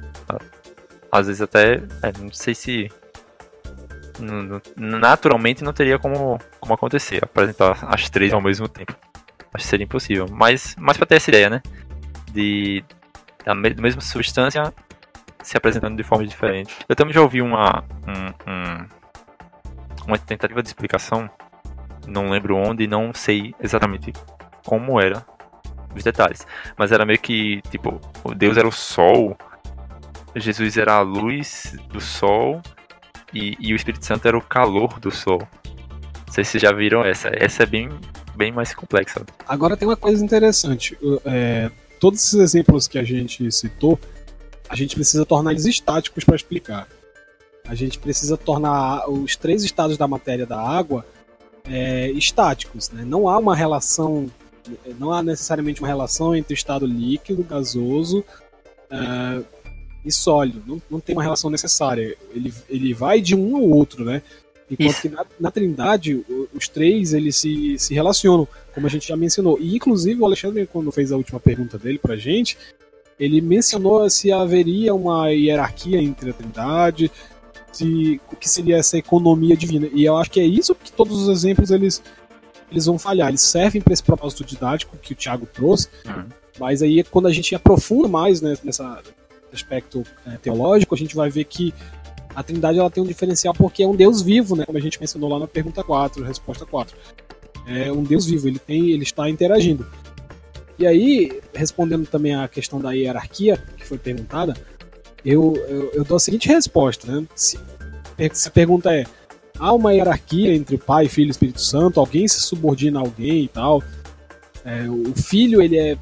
às vezes até, é, não sei se naturalmente não teria como, como acontecer, apresentar as três ao mesmo tempo. Acho que seria impossível, mas, mas para ter essa ideia, né, de da mesma substância se apresentando de formas diferentes. Eu também já ouvi uma um, um, uma tentativa de explicação, não lembro onde, não sei exatamente como era os detalhes, mas era meio que, tipo, Deus era o Sol, Jesus era a luz do Sol e, e o Espírito Santo era o calor do Sol. Não sei se vocês já viram essa. Essa é bem, bem mais complexa. Agora tem uma coisa interessante. É, todos esses exemplos que a gente citou, a gente precisa tornar eles estáticos para explicar. A gente precisa tornar os três estados da matéria da água é, estáticos, né? Não há uma relação, não há necessariamente uma relação entre o estado líquido, gasoso, é, e sólido, não, não tem uma relação necessária, ele, ele vai de um ao outro, né? Enquanto Isso. que na, na Trindade, os três eles se, se relacionam, como a gente já mencionou. E inclusive o Alexandre, quando fez a última pergunta dele pra gente, ele mencionou se haveria uma hierarquia entre a Trindade, se, o que seria essa economia divina. E eu acho que é isso que todos os exemplos eles, eles vão falhar. Eles servem para esse propósito didático que o Thiago trouxe, uhum. Mas aí quando a gente aprofunda mais, né, nessa aspecto é, teológico, a gente vai ver que a Trindade ela tem um diferencial porque é um Deus vivo, né? Como a gente mencionou lá na pergunta quatro, resposta quatro. É um Deus vivo, ele, tem, ele está interagindo. E aí, respondendo também à questão da hierarquia que foi perguntada, eu, eu, eu dou a seguinte resposta, né? Se, se a pergunta é, há uma hierarquia entre Pai, Filho e Espírito Santo? Alguém se subordina a alguém e tal? É, o Filho, ele é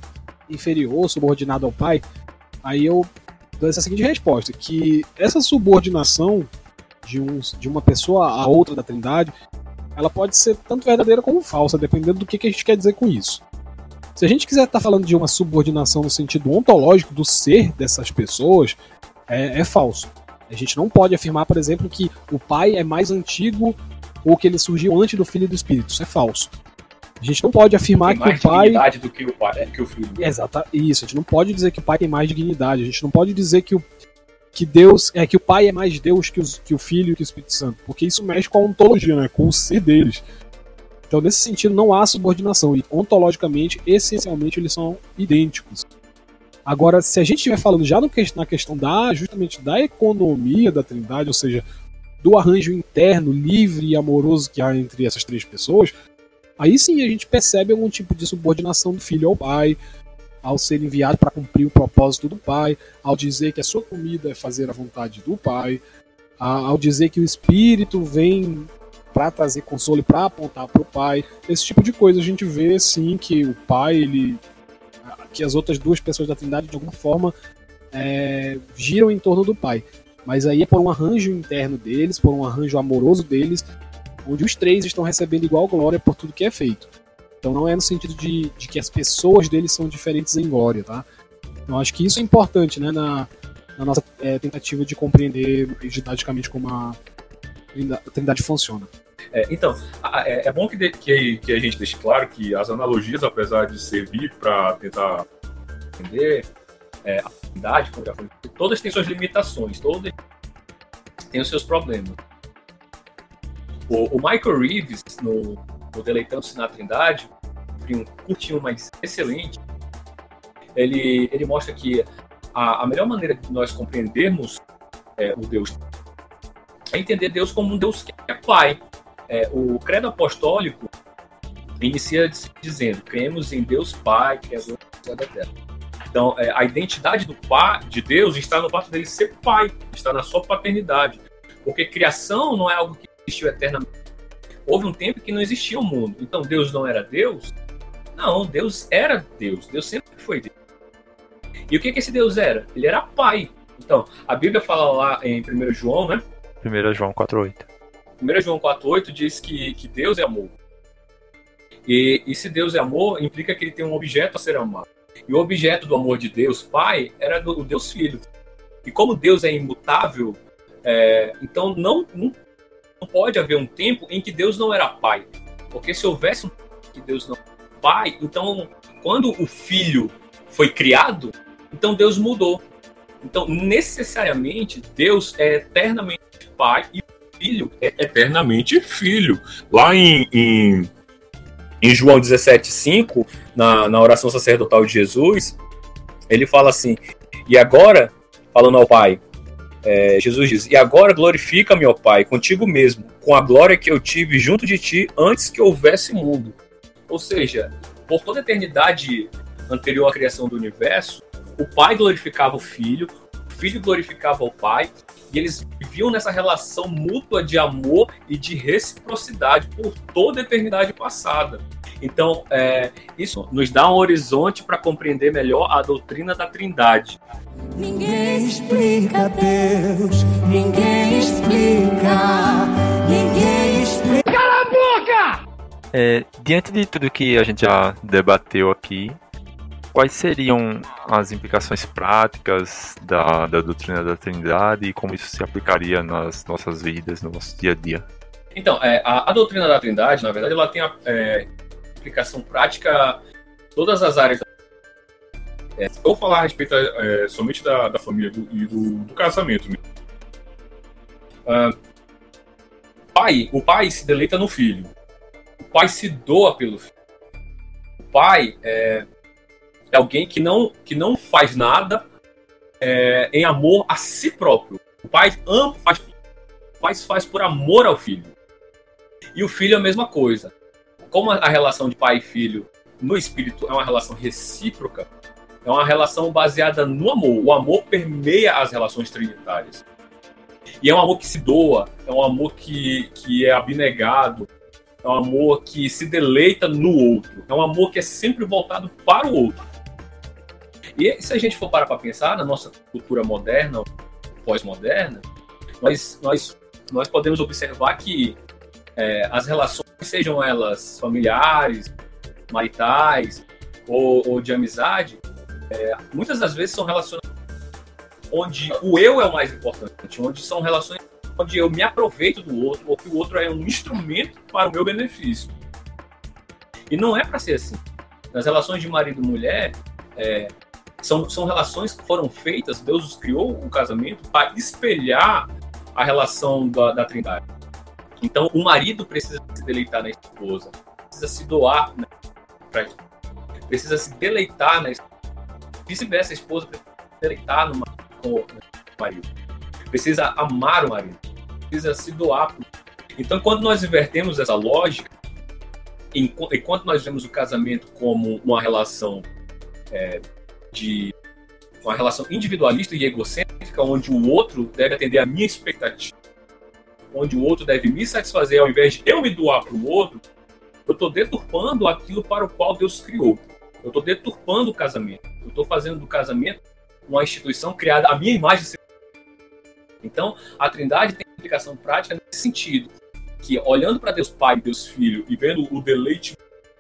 inferior, subordinado ao pai, aí eu dou essa seguinte resposta, que essa subordinação de, um, de uma pessoa a outra da Trindade, ela pode ser tanto verdadeira como falsa, dependendo do que, que a gente quer dizer com isso. Se a gente quiser estar falando de uma subordinação no sentido ontológico do ser dessas pessoas, é, é falso. A gente não pode afirmar, por exemplo, que o pai é mais antigo ou que ele surgiu antes do Filho e do Espírito. Isso é falso. A gente não pode afirmar tem que o pai... mais dignidade do que o pai, do que o filho. Exato, isso. A gente não pode dizer que o pai tem mais dignidade. A gente não pode dizer que o que Deus é que o pai é mais Deus que, os, que o Filho e que o Espírito Santo, porque isso mexe com a ontologia, né? Com o ser deles. Então, nesse sentido, não há subordinação e ontologicamente, essencialmente, eles são idênticos. Agora, se a gente estiver falando já no, na questão da justamente da economia da Trindade, ou seja, do arranjo interno, livre e amoroso que há entre essas três pessoas, aí sim a gente percebe algum tipo de subordinação do filho ao pai, ao ser enviado para cumprir o propósito do pai, ao dizer que a sua comida é fazer a vontade do pai, ao dizer que o Espírito vem para trazer consolo e para apontar para o pai. Esse tipo de coisa a gente vê sim que o pai, ele, que as outras duas pessoas da Trindade de alguma forma é, giram em torno do pai. Mas aí é por um arranjo interno deles, por um arranjo amoroso deles, onde os três estão recebendo igual glória por tudo que é feito. Então não é no sentido de, de que as pessoas deles são diferentes em glória, tá? Então acho que isso é importante, né, na, na nossa é, tentativa de compreender didaticamente como a a Trindade funciona. É, então, é, é bom que, de, que, que a gente deixe claro que as analogias, apesar de servir para tentar entender é, a Trindade, todas têm suas limitações, todas têm os seus problemas. O, o Michael Reeves, no, no Deleitando-se na Trindade, um curtinho, mas excelente, ele, ele mostra que a, a melhor maneira de nós compreendermos é, o Deus é entender Deus como um Deus que é Pai. É, o credo apostólico inicia dizendo: cremos em Deus Pai, Criador do céu e da terra. Então, é, a identidade do pai, de Deus está no fato dele ser Pai, está na sua paternidade. Porque criação não é algo que existiu eternamente. Houve um tempo que não existia o mundo. Então, Deus não era Deus? Não, Deus era Deus. Deus sempre foi Deus. E o que, que esse Deus era? Ele era Pai. Então, a Bíblia fala lá em primeiro João, né? primeiro João quatro oito. primeiro João quatro oito diz que, que Deus é amor. E, e se Deus é amor, implica que ele tem um objeto a ser amado. E o objeto do amor de Deus, Pai, era do, o Deus Filho. E como Deus é imutável, é, então não, não, não pode haver um tempo em que Deus não era Pai. Porque se houvesse um tempo que Deus não era Pai, então quando o Filho foi criado, então Deus mudou. Então, necessariamente, Deus é eternamente Pai e o Filho é eternamente Filho. Lá em, em, em João dezessete, cinco, na, na oração sacerdotal de Jesus, ele fala assim: e agora, falando ao Pai, é, Jesus diz: e agora glorifica-me, ó Pai, contigo mesmo, com a glória que eu tive junto de ti antes que houvesse mundo. Ou seja, por toda a eternidade anterior à criação do universo, o Pai glorificava o Filho, o Filho glorificava o Pai, e eles viviam nessa relação mútua de amor e de reciprocidade por toda a eternidade passada. Então, é, isso nos dá um horizonte para compreender melhor a doutrina da Trindade. Ninguém explica Deus, ninguém explica, ninguém explica. Cala a boca! É, diante de tudo que a gente já debateu aqui, quais seriam as implicações práticas da, da doutrina da Trindade e como isso se aplicaria nas nossas vidas, no nosso dia a dia? Então, é, a, a doutrina da Trindade, na verdade, ela tem a é, aplicação prática em todas as áreas. É, se eu vou falar a respeito é, somente da, da família do, e do, do casamento. Uh, pai, o pai se deleita no filho. O pai se doa pelo filho. O pai é... é alguém que não, que não faz nada é, em amor a si próprio. O pai ama, faz, o pai faz por amor ao filho. E o filho é a mesma coisa. Como a relação de pai e filho no espírito é uma relação recíproca, é uma relação baseada no amor. O amor permeia as relações trinitárias. E é um amor que se doa, é um amor que, que é abnegado, é um amor que se deleita no outro, é um amor que é sempre voltado para o outro. E se a gente for parar para pensar na nossa cultura moderna, pós-moderna, nós, nós, nós podemos observar que é, as relações, sejam elas familiares, maritais ou, ou de amizade, é, muitas das vezes são relações onde o eu é o mais importante, onde são relações onde eu me aproveito do outro, ou que o outro é um instrumento para o meu benefício. E não é para ser assim. Nas relações de marido e mulher, é, são, são relações que foram feitas, Deus os criou, o casamento, para espelhar a relação da, da Trindade. Então, o marido precisa se deleitar na esposa, precisa se doar, né, pra, precisa se deleitar na esposa. Vice-versa, a esposa precisa se deleitar no marido. Precisa amar o marido, precisa se doar. Então, quando nós invertemos essa lógica, enquanto nós vemos o casamento como uma relação é, de uma relação individualista e egocêntrica, onde o outro deve atender a minha expectativa, onde o outro deve me satisfazer ao invés de eu me doar para o outro, eu estou deturpando aquilo para o qual Deus criou. Eu estou deturpando o casamento. Eu estou fazendo do casamento uma instituição criada à minha imagem. Então, a Trindade tem implicação prática nesse sentido, que olhando para Deus Pai e Deus Filho e vendo o deleite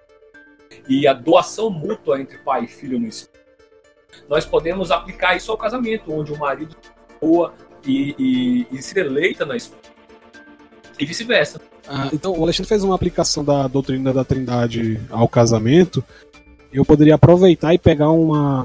e a doação mútua entre pai e filho no Espírito, nós podemos aplicar isso ao casamento, onde o marido doa e, e, e se deleita na esposa. E vice-versa. Ah, então, o Alexandre fez uma aplicação da doutrina da Trindade ao casamento. Eu poderia aproveitar e pegar uma,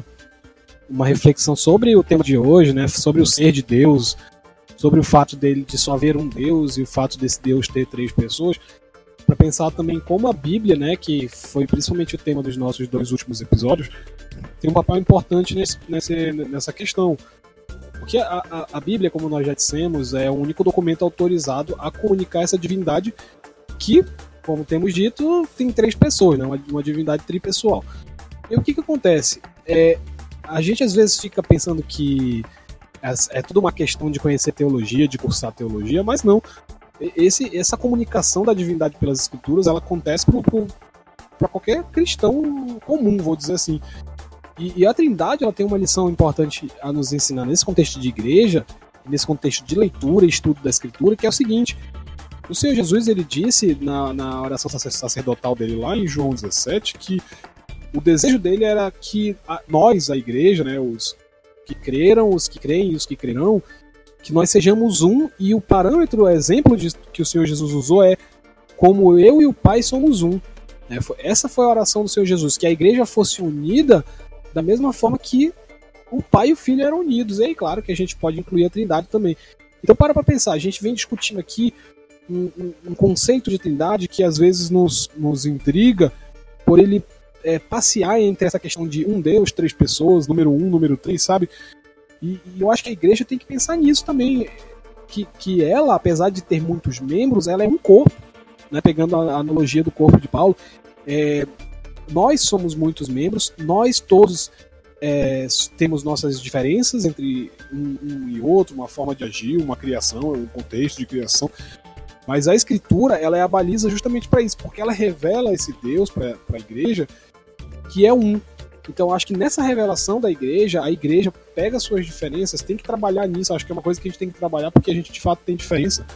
uma reflexão sobre o tema de hoje, né, sobre o ser de Deus, sobre o fato dele de só haver um Deus e o fato desse Deus ter três pessoas, para pensar também como a Bíblia, né, que foi principalmente o tema dos nossos dois últimos episódios, tem um papel importante nesse, nesse, nessa questão. Porque a, a, a Bíblia, como nós já dissemos, é o único documento autorizado a comunicar essa divindade que, como temos dito, tem três pessoas, né? uma, uma divindade tripessoal. E o que que acontece? É, a gente às vezes fica pensando que é, é tudo uma questão de conhecer teologia, de cursar teologia, mas não. Esse, essa comunicação da divindade pelas escrituras, ela acontece para qualquer cristão comum, vou dizer assim. E, e a Trindade, ela tem uma lição importante a nos ensinar nesse contexto de igreja, nesse contexto de leitura e estudo da Escritura, que é o seguinte: o Senhor Jesus, ele disse na, na oração sacerdotal dele lá em João dezessete, que o desejo dele era que a, nós, a igreja, né, os que creram, os que creem e os que crerão, que nós sejamos um, e o parâmetro, o exemplo de, que o Senhor Jesus usou é como eu e o Pai somos um. É, foi, essa foi a oração do Senhor Jesus, que a igreja fosse unida da mesma forma que o Pai e o Filho eram unidos. E aí, claro que a gente pode incluir a Trindade também. Então, para para pensar, a gente vem discutindo aqui um, um, um conceito de Trindade que às vezes nos, nos intriga por ele é, passear entre essa questão de um Deus, três pessoas, número um, número três, sabe? E, e eu acho que a igreja tem que pensar nisso também, que, que ela, apesar de ter muitos membros, ela é um corpo, né? Pegando a analogia do corpo de Paulo, é, nós somos muitos membros, nós todos é, temos nossas diferenças entre um, um e outro, uma forma de agir, uma criação, um contexto de criação, mas a Escritura, ela é a baliza justamente para isso, porque ela revela esse Deus para a igreja, que é um. Então acho que nessa revelação da igreja, a igreja pega suas diferenças, tem que trabalhar nisso, acho que é uma coisa que a gente tem que trabalhar, porque a gente de fato tem diferença,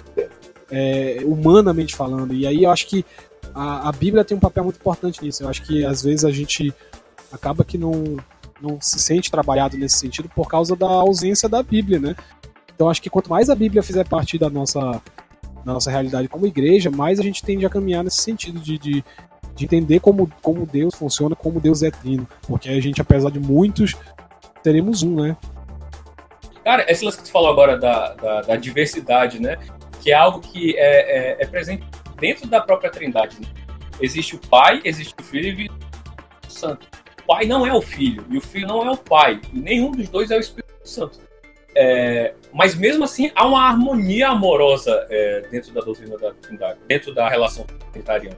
é, humanamente falando, e aí eu acho que A, a Bíblia tem um papel muito importante nisso. Eu acho que às vezes a gente acaba que não, não se sente trabalhado nesse sentido por causa da ausência da Bíblia, né? Então acho que quanto mais a Bíblia fizer parte da nossa, da nossa realidade como igreja, mais a gente tende a caminhar nesse sentido de, de, de entender como, como Deus funciona, como Deus é trino. Porque a gente, apesar de muitos, teremos um, né? Cara, esse lance que tu falou agora da, da, da diversidade, né? Que é algo que é, é, é presente dentro da própria Trindade. Né? Existe o Pai, existe o Filho e existe o Santo. O Pai não é o Filho, e o Filho não é o Pai. E nenhum dos dois é o Espírito Santo. É, mas mesmo assim, há uma harmonia amorosa é, dentro da doutrina da Trindade, dentro da relação trinitariana.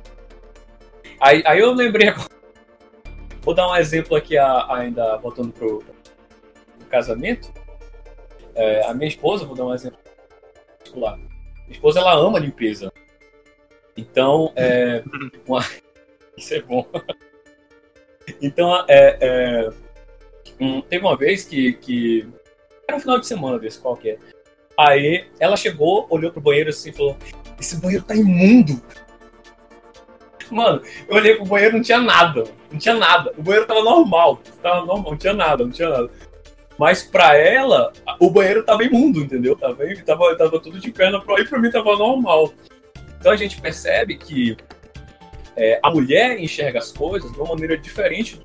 Aí, aí eu lembrei agora. Vou dar um exemplo aqui, a, ainda voltando pro, pro casamento. É, a minha esposa, vou dar um exemplo particular. Minha esposa, ela ama limpeza. Então, é, uma... isso é bom. Então, é, é... Um, teve uma vez que, que... Era um final de semana desse, qualquer. Aí ela chegou, olhou pro banheiro assim e falou: esse banheiro tá imundo. Mano, eu olhei pro banheiro, não tinha nada. Não tinha nada. O banheiro tava normal. Tava normal, não tinha nada, não tinha nada. Mas pra ela, o banheiro tava imundo, entendeu? Tava, tava, tava tudo de perna pro... E pra mim tava normal. Então a gente percebe que é, a mulher enxerga as coisas de uma maneira diferente.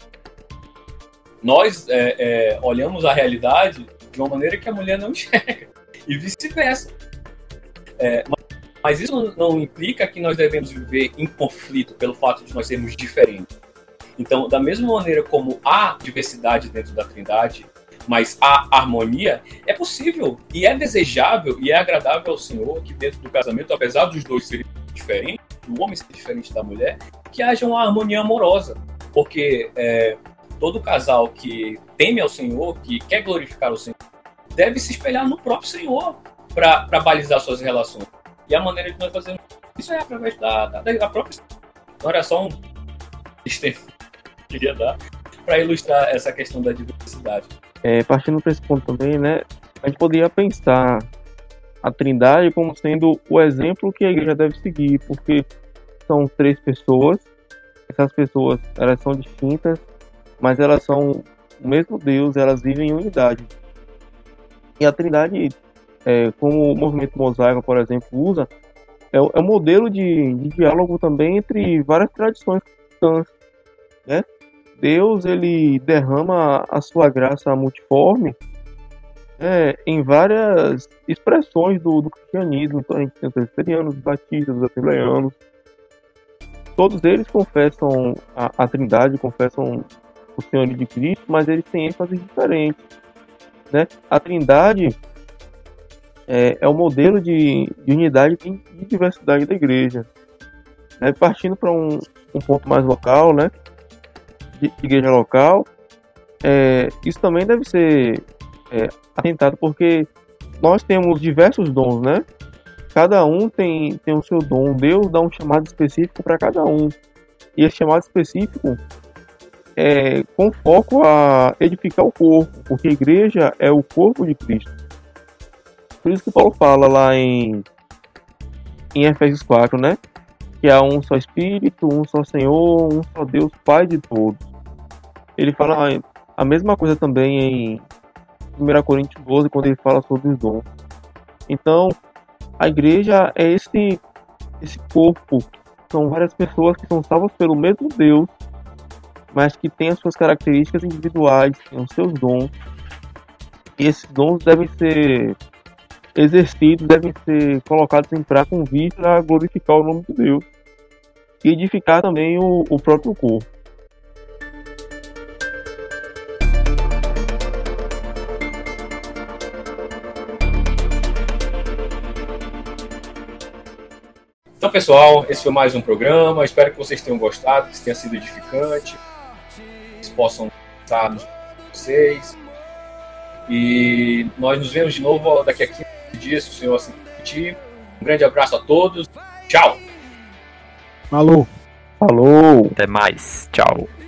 Nós é, é, olhamos a realidade de uma maneira que a mulher não enxerga. E vice-versa. É, mas isso não implica que nós devemos viver em conflito pelo fato de nós sermos diferentes. Então, da mesma maneira como há diversidade dentro da Trindade, mas há harmonia, é possível e é desejável e é agradável ao Senhor que dentro do casamento, apesar dos dois serem diferentes, do homem ser diferente da mulher, que haja uma harmonia amorosa. Porque é, todo casal que teme ao Senhor, que quer glorificar o Senhor, deve se espelhar no próprio Senhor para balizar suas relações. E a maneira que nós fazemos isso é através da, da, da própria... Então era só um extremo que eu queria dar para ilustrar essa questão da diversidade. É, partindo para esse ponto também, né, a gente poderia pensar a Trindade como sendo o exemplo que a igreja deve seguir, porque são três pessoas, essas pessoas elas são distintas, mas elas são o mesmo Deus, elas vivem em unidade. E a Trindade, é, como o movimento mosaico, por exemplo, usa, é, é um modelo de, de diálogo também entre várias tradições cristãs, né? Deus, ele derrama a sua graça multiforme é, em várias expressões do, do cristianismo. Então a gente tem os presbiterianos, os batistas, os assembleianos. Todos eles confessam a, a Trindade, confessam o Senhorio de Cristo, mas eles têm ênfase diferente, né? A Trindade é, é o modelo de, de unidade e de diversidade da igreja. É, partindo para um, um ponto mais local, né? De igreja local, é, isso também deve ser é, atentado, porque nós temos diversos dons, né? Cada um tem, tem o seu dom. Deus dá um chamado específico para cada um, e esse chamado específico é com foco a edificar o corpo, porque a igreja é o corpo de Cristo. Por isso que Paulo fala lá em, em Efésios quatro, né? Que há um só Espírito, um só Senhor, um só Deus, Pai de todos. Ele fala a mesma coisa também em primeira Coríntios doze, quando ele fala sobre os dons. Então, a igreja é esse, esse corpo. São várias pessoas que são salvas pelo mesmo Deus, mas que têm as suas características individuais, têm os seus dons. E esses dons devem ser exercidos, devem ser colocados em prática com vista a glorificar o nome de Deus e edificar também o, o próprio corpo. Então, pessoal, esse foi mais um programa. Espero que vocês tenham gostado, que tenha sido edificante, que vocês possam estar nos vocês. E nós nos vemos de novo daqui a quinze dias, se o Senhor assim permitir. Um grande abraço a todos. Tchau! Falou! Falou! Até mais. Tchau.